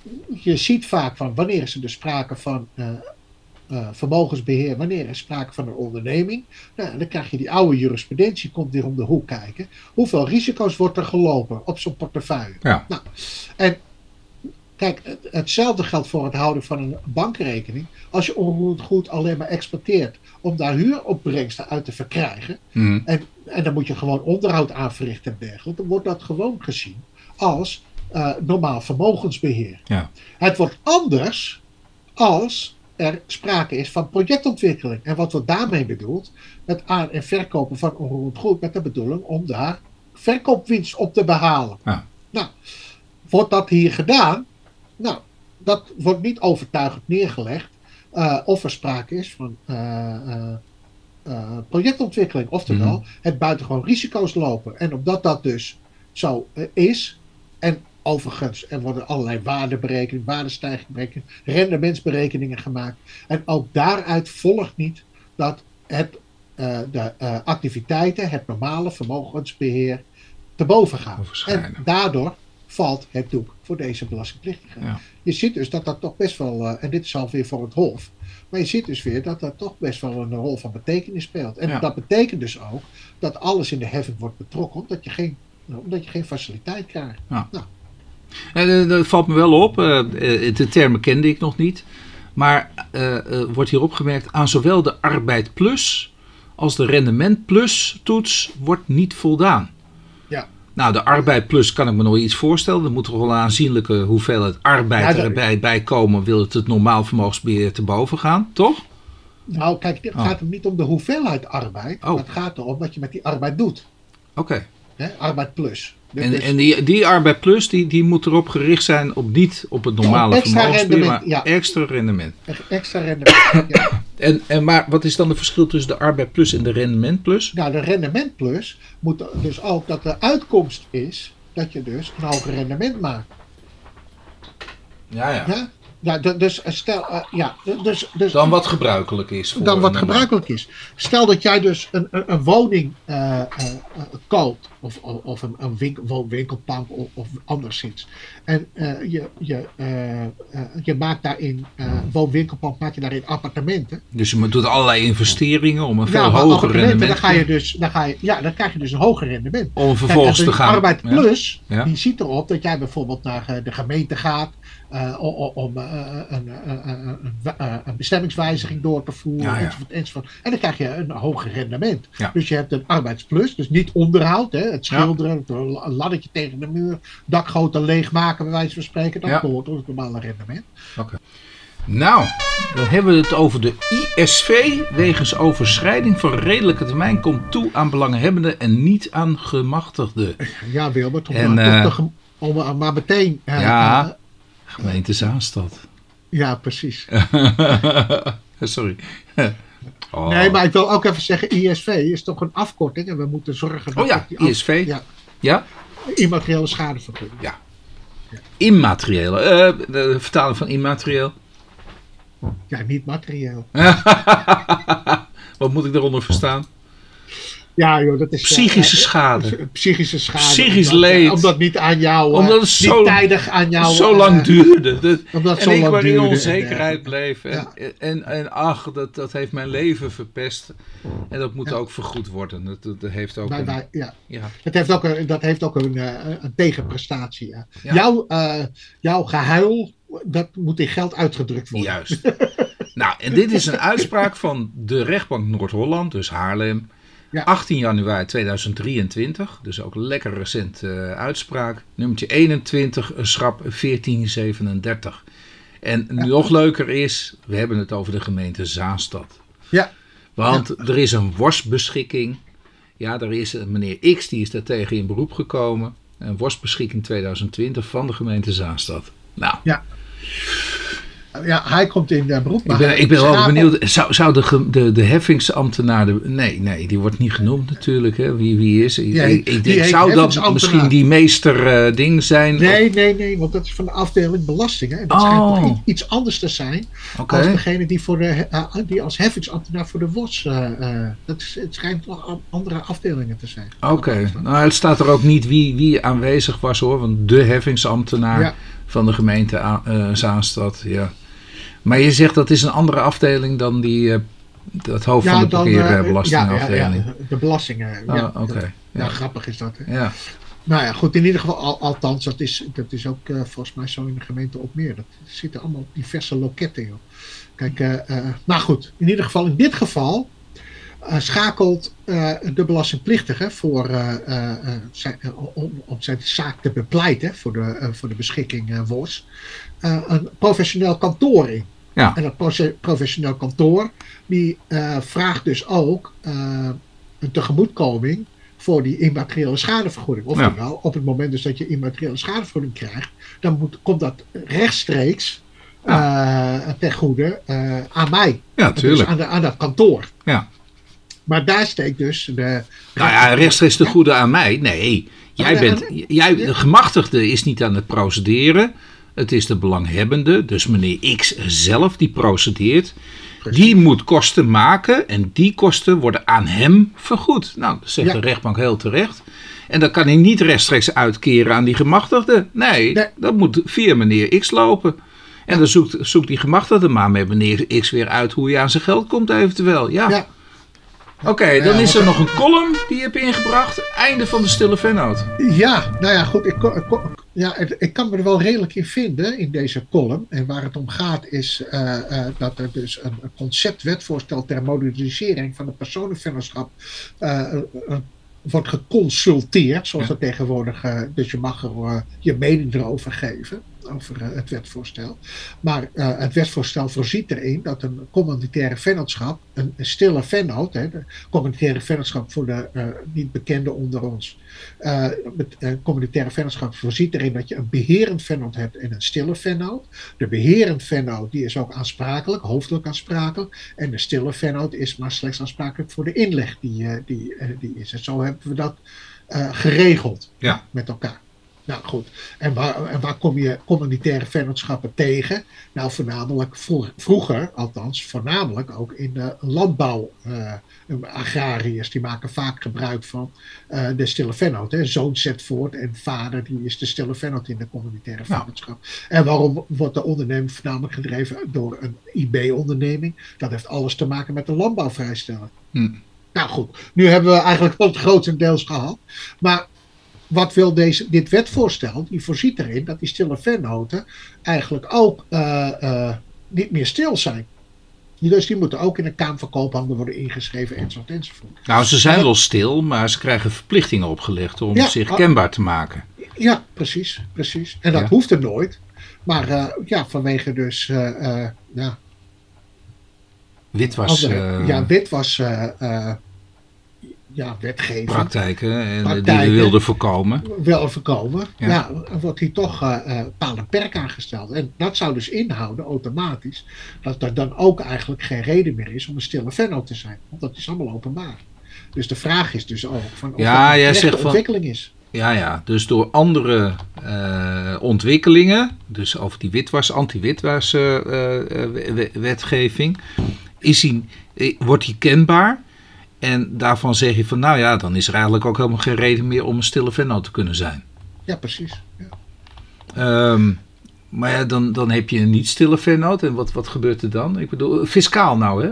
je ziet vaak van wanneer is er dus sprake van uh, uh, vermogensbeheer, wanneer is sprake van een onderneming. Nou, dan krijg je die oude jurisprudentie, komt weer om de hoek kijken. Hoeveel risico's wordt er gelopen op zo'n portefeuille? Ja. Nou, en kijk, hetzelfde geldt voor het houden van een bankrekening. Als je onroerend goed alleen maar exploiteert om daar huuropbrengsten uit te verkrijgen. Mm. En, en dan moet je gewoon onderhoud aan verrichten en dergelijke. Dan wordt dat gewoon gezien als uh, normaal vermogensbeheer. Ja. Het wordt anders als er sprake is van projectontwikkeling. En wat wordt daarmee bedoeld? Het aan- en verkopen van onroerend goed met de bedoeling om daar verkoopwinst op te behalen. Ja. Nou, wordt dat hier gedaan? Nou, dat wordt niet overtuigend neergelegd uh, of er sprake is van uh, uh, uh, projectontwikkeling. Oftewel, mm-hmm. het buitengewoon risico's lopen. En omdat dat dus zo uh, is, en overigens, er worden allerlei waardeberekeningen, waardestijgingberekeningen, rendementsberekeningen gemaakt. En ook daaruit volgt niet dat het, uh, de uh, activiteiten, het normale vermogensbeheer, te boven gaan. En daardoor valt het doek voor deze belastingplichtigen. Ja. Je ziet dus dat dat toch best wel, uh, en dit is alweer voor het Hof, maar je ziet dus weer dat dat toch best wel een rol van betekenis speelt. En ja. dat betekent dus ook dat alles in de heffing wordt betrokken, omdat je geen, omdat je geen faciliteit krijgt. Ja. Nou. En, dat valt me wel op, uh, de termen kende ik nog niet, maar uh, uh, wordt hier opgemerkt, aan zowel de arbeid plus als de rendement plus toets wordt niet voldaan. Ja. Nou, de arbeid plus kan ik me nog iets voorstellen. Er moet toch wel een aanzienlijke hoeveelheid arbeid ja, dat... erbij bij komen. Wil het het normaal vermogensbeheer te boven gaan, toch? Nou, kijk, het oh. gaat hem niet om de hoeveelheid arbeid. Oh. Het gaat erom wat je met die arbeid doet. Oké. Okay. Hè? Arbeid Plus. En, dus, en die, die Arbeid Plus die, die moet erop gericht zijn op niet op het normale vermogensbeheer, maar ja. extra rendement. Extra rendement, ja. En, en maar wat is dan het verschil tussen de Arbeid Plus en de Rendement Plus? Nou, de Rendement Plus moet dus ook dat de uitkomst is dat je dus een hoger rendement maakt. Ja, ja. ja? Ja, dus stel, uh, ja, dus, dus, dan wat gebruikelijk is. Voor dan wat gebruikelijk is. Stel dat jij dus een, een, een woning uh, uh, uh, koopt, of, of een, een winkel, winkelpand of, of anders iets. En uh, je, je, uh, uh, je maakt daarin, uh, woon-winkelpand maak je daarin appartementen. Dus je doet allerlei investeringen om een veel ja, hoger rendement. Dan, ga je dus, dan, ga je, ja, dan krijg je dus een hoger rendement. Om vervolgens Kijk, te gaan. Arbeid Plus, ja. Ja. die ziet erop dat jij bijvoorbeeld naar uh, de gemeente gaat. Uh, om uh, een, een, een, een bestemmingswijziging door te voeren, ja, ja. Enzovoort, enzovoort. En dan krijg je een hoger rendement. Ja. Dus je hebt een arbeidsplus, dus niet onderhoud, hè, het schilderen, ja. Een laddertje tegen de muur, dakgoten leegmaken, bij wijze van spreken, dat ja. Behoort tot het normale rendement. Okay. Nou, dan hebben we het over de I S V, wegens overschrijding van redelijke termijn komt toe aan belanghebbenden en niet aan gemachtigden. Ja, Wilbert, om, en, maar, uh, om maar meteen... Uh, ja, uh, gemeente Zaanstad. Ja, precies. Sorry. Oh. Nee, maar ik wil ook even zeggen, I S V is toch een afkorting en we moeten zorgen dat... Oh ja, die I S V. Af... Ja. ja? Immateriële schadevergoeding. Ja. ja. Immateriële. Uh, de vertaling van immaterieel. Ja, niet materieel. Wat moet ik daaronder verstaan? Ja, joh, dat is... Psychische uh, schade. Uh, psychische schade. Psychisch omdat, leed. Uh, omdat niet aan jou... Uh, omdat het zo, niet tijdig aan jou... Zo uh, lang duurde. Dat, omdat en zo ik lang maar in duurde, onzekerheid en, bleef. En, ja. en, en, en ach, dat, dat heeft mijn leven verpest. En dat moet ja. ook vergoed worden. Dat, dat heeft ook wij, een, wij, ja. Ja. Dat heeft ook een, dat heeft ook een, een tegenprestatie. Ja. Ja. Jouw, uh, jouw gehuil, dat moet in geld uitgedrukt worden. Juist. Nou, en dit is een uitspraak van de rechtbank Noord-Holland, dus Haarlem. Ja. achttien januari tweeduizend drieëntwintig, dus ook een lekker recent uh, uitspraak. Nummertje eenentwintig, schrap veertien zevenendertig. En ja. nog leuker is, we hebben het over de gemeente Zaanstad. Ja. Want ja. er is een worstbeschikking. Ja, er is een meneer X, die is daar tegen in beroep gekomen. Een worstbeschikking tweeduizend twintig van de gemeente Zaanstad. Nou. Ja. Ja, hij komt in uh, beroep. Ik ben, ik ben wel benieuwd, zou, zou de, de, de heffingsambtenaar... De, nee, nee, die wordt niet genoemd natuurlijk. Hè. Wie, wie is ja, ik, ik denk, zou dat misschien die meester uh, ding zijn? Nee, of? nee, nee, want dat is van de afdeling belastingen. En dat oh. schijnt toch iets anders te zijn okay. als degene die, voor de, uh, die als heffingsambtenaar voor de W O S... Uh, uh, dat is, het schijnt toch andere afdelingen te zijn. Oké, okay. Nou, het staat er ook niet wie, wie aanwezig was hoor. Want de heffingsambtenaar ja. van de gemeente uh, Zaanstad, ja... Maar je zegt dat is een andere afdeling dan die, uh, het hoofd ja, van de parkeerbelastingafdeling. Ja, ja, ja, de belastingen. Oh, ja, okay. ja, ja, grappig is dat. Hè? Ja. Nou ja, goed, in ieder geval, al, althans, dat is, dat is ook uh, volgens mij zo in de gemeente Opmeer. Dat zitten allemaal op diverse loketten, joh. Kijk, uh, uh, nou goed, in ieder geval, in dit geval uh, schakelt uh, de belastingplichtige voor, uh, uh, zijn, uh, om, om zijn zaak te bepleiten voor de, uh, voor de beschikking uh, W O S. Uh, een professioneel kantoor in. Ja. En dat pro- professioneel kantoor die uh, vraagt dus ook uh, een tegemoetkoming voor die immateriële schadevergoeding. Oftewel, ja. op het moment dus dat je immateriële schadevergoeding krijgt, dan moet, komt dat rechtstreeks ja. uh, ten goede uh, aan mij. Ja, tuurlijk. Dus aan, de, aan dat kantoor. Ja. Maar daar steekt dus de... Nou ja, rechtstreeks ten goede aan mij. Nee, jij bent, jij, de gemachtigde is niet aan het procederen. Het is de belanghebbende, dus meneer X zelf, die procedeert. Precies. Die moet kosten maken en die kosten worden aan hem vergoed. Nou, dat zegt ja. de rechtbank heel terecht. En dan kan hij niet rechtstreeks uitkeren aan die gemachtigde. Nee, nee. dat moet via meneer X lopen. En ja. dan zoekt, zoekt die gemachtigde maar met meneer X weer uit hoe hij aan zijn geld komt eventueel. Ja. ja. Oké, okay, dan ja, is er nog een column die je hebt ingebracht. Einde van de stille vennoot. Ja, nou ja, goed. Ik, ik, ja, ik kan me er wel redelijk in vinden in deze column. En waar het om gaat is uh, uh, dat er dus een, een conceptwetvoorstel ter modernisering van het personenvennootschap uh, uh, wordt geconsulteerd. Zoals ja. dat tegenwoordig, uh, dus je mag er uh, je mening erover geven. over uh, het wetsvoorstel. Maar uh, het wetsvoorstel voorziet erin dat een communautaire vennootschap, een, een stille vennoot, hè, de communautaire vennootschap voor de uh, niet bekenden onder ons, uh, met, uh, communautaire vennootschap voorziet erin dat je een beherend vennoot hebt en een stille vennoot. De beherend vennoot die is ook aansprakelijk, hoofdelijk aansprakelijk, en de stille vennoot is maar slechts aansprakelijk voor de inleg die, uh, die, uh, die is. En zo hebben we dat uh, geregeld ja. met elkaar. Nou goed, en waar, en waar kom je communautaire vennootschappen tegen? Nou, voornamelijk vroeg, vroeger, althans, voornamelijk ook in de landbouw. Uh, agrariërs, die maken vaak gebruik van uh, de stille vennoot. Hè. Zoon zet voort en vader, die is de stille vennoot in de communautaire vennootschap. Nou. En waarom wordt de onderneming voornamelijk gedreven door een I B-onderneming? Dat heeft alles te maken met de landbouwvrijstelling. Hm. Nou goed, nu hebben we eigenlijk al het grotendeels gehad. Maar wat wil deze, dit wetvoorstel? Die voorziet erin dat die stille vennoten eigenlijk ook uh, uh, niet meer stil zijn. Dus die moeten ook in de Kamer van Koophandel worden ingeschreven enzovoort enzovoort. Nou, ze zijn wel stil, maar ze krijgen verplichtingen opgelegd om ja, zich kenbaar te maken. Ja, precies, precies. En dat ja. hoeft er nooit. Maar uh, ja, vanwege dus uh, uh, ja, witwas. Andere, uh, ja, witwas. Uh, uh, Ja, wetgeving. Praktijken, en praktijken die we wilden voorkomen. Wilden voorkomen. Ja, ja wordt hier toch uh, uh, paal en perk aangesteld. En dat zou dus inhouden, automatisch, dat er dan ook eigenlijk geen reden meer is om een stille vennoot te zijn. Want dat is allemaal openbaar. Dus de vraag is dus ook van of ja, dat een jij zegt ontwikkeling van, is. Ja, ja, dus door andere uh, ontwikkelingen, dus over die witwas, anti-witwas uh, uh, wetgeving, is die, wordt die kenbaar. En daarvan zeg je van, nou ja, dan is er eigenlijk ook helemaal geen reden meer om een stille vennoot te kunnen zijn. Ja, precies. Ja. Um, maar ja, dan, dan heb je een niet stille vennoot. En wat, wat gebeurt er dan? Ik bedoel, fiscaal nou, hè?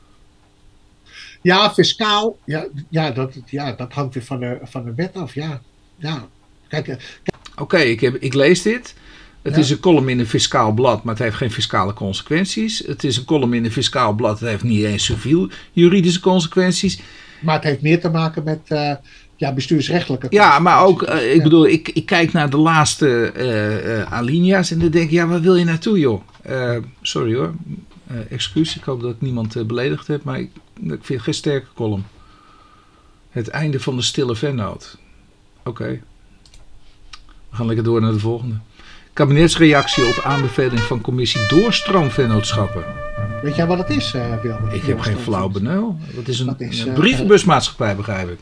Ja, fiscaal. Ja, ja, dat, ja dat hangt weer van de, van de wet af. Ja, ja. Kijk, kijk. Oké, okay, ik, ik lees dit. Het ja. is een column in een fiscaal blad, maar het heeft geen fiscale consequenties. Het is een column in een fiscaal blad, het heeft niet eens zoveel juridische consequenties. Maar het heeft meer te maken met uh, ja, bestuursrechtelijke consequenties. Ja, maar ook, uh, ik ja. bedoel, ik, ik kijk naar de laatste uh, uh, alinea's en dan denk ik, ja, waar wil je naartoe, joh? Uh, sorry hoor, uh, excuus, ik hoop dat ik niemand uh, beledigd heb, maar ik, ik vind het geen sterke column. Het einde van de stille vennoot. Oké. Okay. We gaan lekker door naar de volgende. Kabinetsreactie op aanbeveling van commissie doorstroomvennootschappen. Weet jij wat het is, uh, Wilmer? Ik heb geen flauw benul. Dat is een, dat is, uh, een brievenbusmaatschappij, begrijp ik.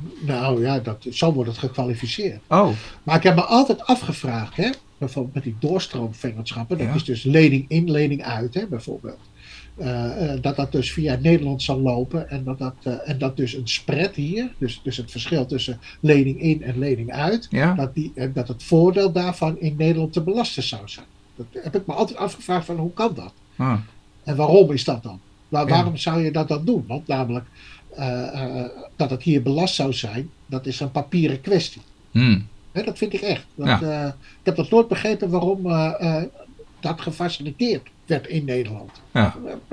Nou ja, dat, zo wordt het gekwalificeerd. Oh. Maar ik heb me altijd afgevraagd, hè, bijvoorbeeld met die doorstroomvennootschappen, dat ja. is dus lening in, lening uit, hè, bijvoorbeeld. Uh, uh, dat dat dus via Nederland zal lopen en dat, dat, uh, en dat dus een spread hier, dus, dus het verschil tussen lening in en lening uit, ja. dat, die, uh, dat het voordeel daarvan in Nederland te belasten zou zijn. Dat heb ik me altijd afgevraagd van hoe kan dat? Ah. En waarom is dat dan? Waar, ja. Waarom zou je dat dan doen? Want namelijk uh, uh, dat het hier belast zou zijn, dat is een papieren kwestie. Hmm. He, dat vind ik echt. Dat, ja. uh, ik heb dat nooit begrepen waarom uh, uh, dat gefaciliteerd werd in Nederland. Ja.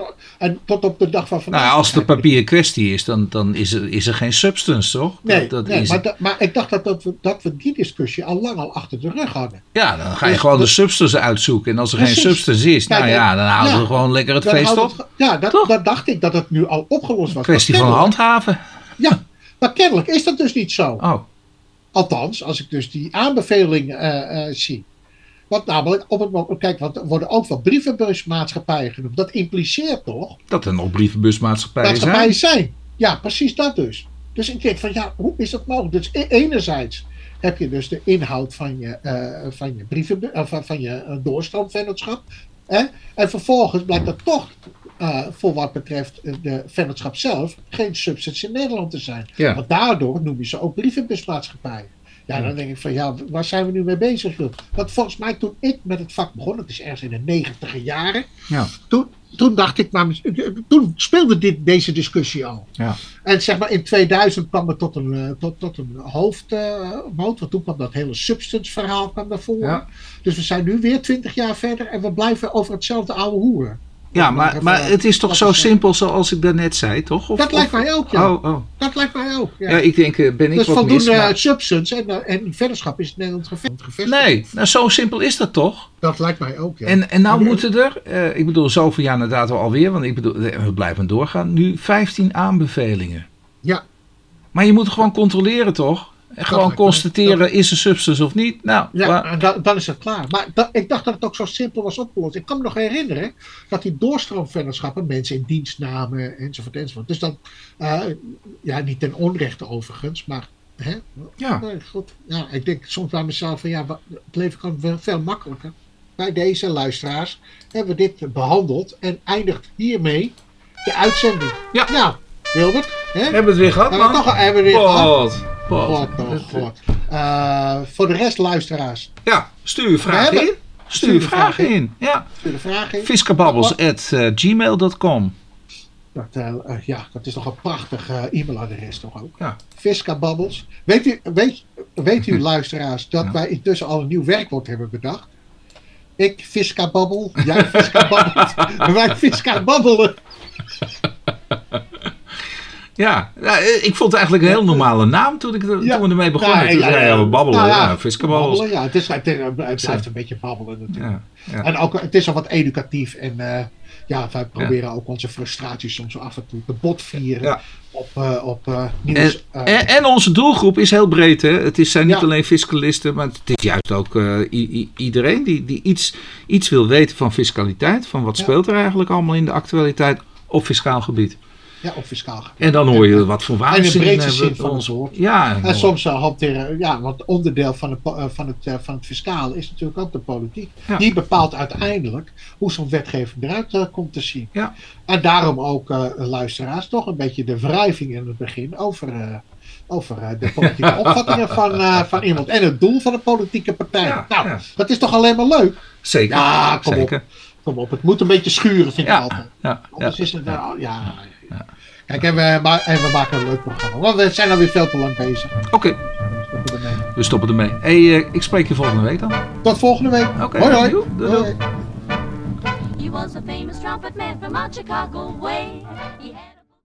En tot op de dag van vandaag. Nou, als het een papieren kwestie is, dan, dan is, er, is er geen substance, toch? Nee, dat, dat nee is maar, da, maar ik dacht dat, dat, we, dat we die discussie al lang al achter de rug hadden. Ja, dan ga je dus, gewoon de substance uitzoeken. En als er precies. geen substance is, nou, nou ja, dan houden ja, we gewoon lekker het feest op. Het, ja, dat, dat dacht ik dat het nu al opgelost was. Kwestie van handhaven. Ja, maar kennelijk is dat dus niet zo. Oh. Althans, als ik dus die aanbeveling uh, uh, zie. Want namelijk, op het moment, kijk, want er worden ook wel brievenbusmaatschappijen genoemd. Dat impliceert toch? Dat er nog brievenbusmaatschappijen zijn. Maatschappijen zijn. Ja, precies dat dus. Dus ik denk van, ja, hoe is dat mogelijk? Dus enerzijds heb je dus de inhoud van je, uh, van je, brieven, uh, van, van je uh, doorstroomvennootschap. Hè? En vervolgens blijkt er toch, uh, voor wat betreft de vennootschap zelf, geen substance in Nederland te zijn. Ja. Want daardoor noem je ze ook brievenbusmaatschappijen. Ja, dan denk ik van, ja, waar zijn we nu mee bezig? Want volgens mij toen ik met het vak begon, dat is ergens in de negentiger jaren, ja. toen, toen dacht ik, maar, toen speelde dit, deze discussie al. Ja. En zeg maar in tweeduizend kwam het tot een, tot, tot een hoofdmoot, want toen kwam dat hele substance verhaal kwam naar voren. Ja. Dus we zijn nu weer twintig jaar verder en we blijven over hetzelfde oude hoeren. Ja, maar, maar het is toch zo simpel zoals ik daarnet zei, toch? Of, dat lijkt of, mij ook, ja. Oh, oh. Dat lijkt mij ook, ja. Ja, ik denk, uh, ben ik dus wat voldoende mis, maar... uh, substance en, en vennootschap is het Nederland gevestigd. Nee, nou zo simpel is dat toch? Dat lijkt mij ook, ja. En, en nou maar, moeten er, uh, ik bedoel zoveel jaar inderdaad alweer, want ik bedoel, we blijven doorgaan, nu vijftien aanbevelingen. Ja. Maar je moet gewoon controleren toch? En gewoon constateren, dat... is er substance of niet? Nou, ja, maar... en dan, dan is het klaar. Maar dat, ik dacht dat het ook zo simpel was opgelost. Ik kan me nog herinneren dat die doorstroomvennootschappen mensen in dienst namen, enzovoort, enzovoort. Dus dan, uh, ja, niet ten onrechte overigens, maar, hè? Ja. Nee, goed. Ja, ik denk soms bij mezelf van, ja, het leven kan veel, veel makkelijker. Bij deze luisteraars hebben we dit behandeld en eindigt hiermee de uitzending. Ja. Nou, Wilbert. Hè? Hebben we het weer gehad, hebben man? We toch, hebben we weer Pot. gehad. Pot. God, oh God. Uh, voor de rest, luisteraars. Ja, stuur je vragen in. Stuur je vragen in. Ja. Stuur de vragen in. Fiskababbels at gmail dot com. Dat, uh, uh, ja, dat is toch een prachtig uh, e-mailadres toch ook. Ja. Fiskababbels. Weet u, weet, weet u luisteraars, dat ja. wij intussen al een nieuw werkwoord hebben bedacht? Ik Fiskababbel, jij Fiskababbelt, wij Fiskababbelen. Ja, ja, ik vond het eigenlijk een heel normale naam toen, ik, toen ja. we ermee begonnen. Ja, toen ja, zei ja, we babbelen, nou, ja, ja Fiskababbels. Ja, het, is, het, is, het blijft een beetje babbelen natuurlijk. Ja, ja. En ook, het is al wat educatief en uh, ja, wij proberen ja. ook onze frustraties soms zo af en toe te botvieren ja. op, uh, op uh, nieuws. En, uh, en, en onze doelgroep is heel breed, hè. Het is, zijn niet ja. alleen fiscalisten, maar het is juist ook uh, i- i- iedereen die, die iets, iets wil weten van fiscaliteit, van wat ja. speelt er eigenlijk allemaal in de actualiteit op fiscaal gebied. Ja, op fiscaal gebied. En dan hoor je wat voor waanzin. En in de breedste zin van ons woord. Ja. En soms uh, hanteren, ja, want onderdeel van, de, uh, van, het, uh, van het fiscaal is natuurlijk ook de politiek. Ja. Die bepaalt uiteindelijk hoe zo'n wetgeving eruit uh, komt te zien. Ja. En daarom ook, uh, luisteraars, toch een beetje de wrijving in het begin over, uh, over uh, de politieke opvattingen van, uh, van iemand. En het doel van de politieke partij. Ja, nou, ja. Dat is toch alleen maar leuk? Zeker. Ja, kom Zeker. op. Kom op, het moet een beetje schuren, vind ja. ik altijd. Ja. Anders ja. is het, uh, ja... ja. Ja. Kijk, en we, en we maken een leuk programma. Want we zijn alweer veel te lang bezig. Oké. Okay. We stoppen ermee. Hey, uh, ik spreek je volgende week dan. Tot volgende week. Oké. Okay. Hoi, hoi. Doei, doei, doei. He was a famous trumpet man from out Chicago way. He had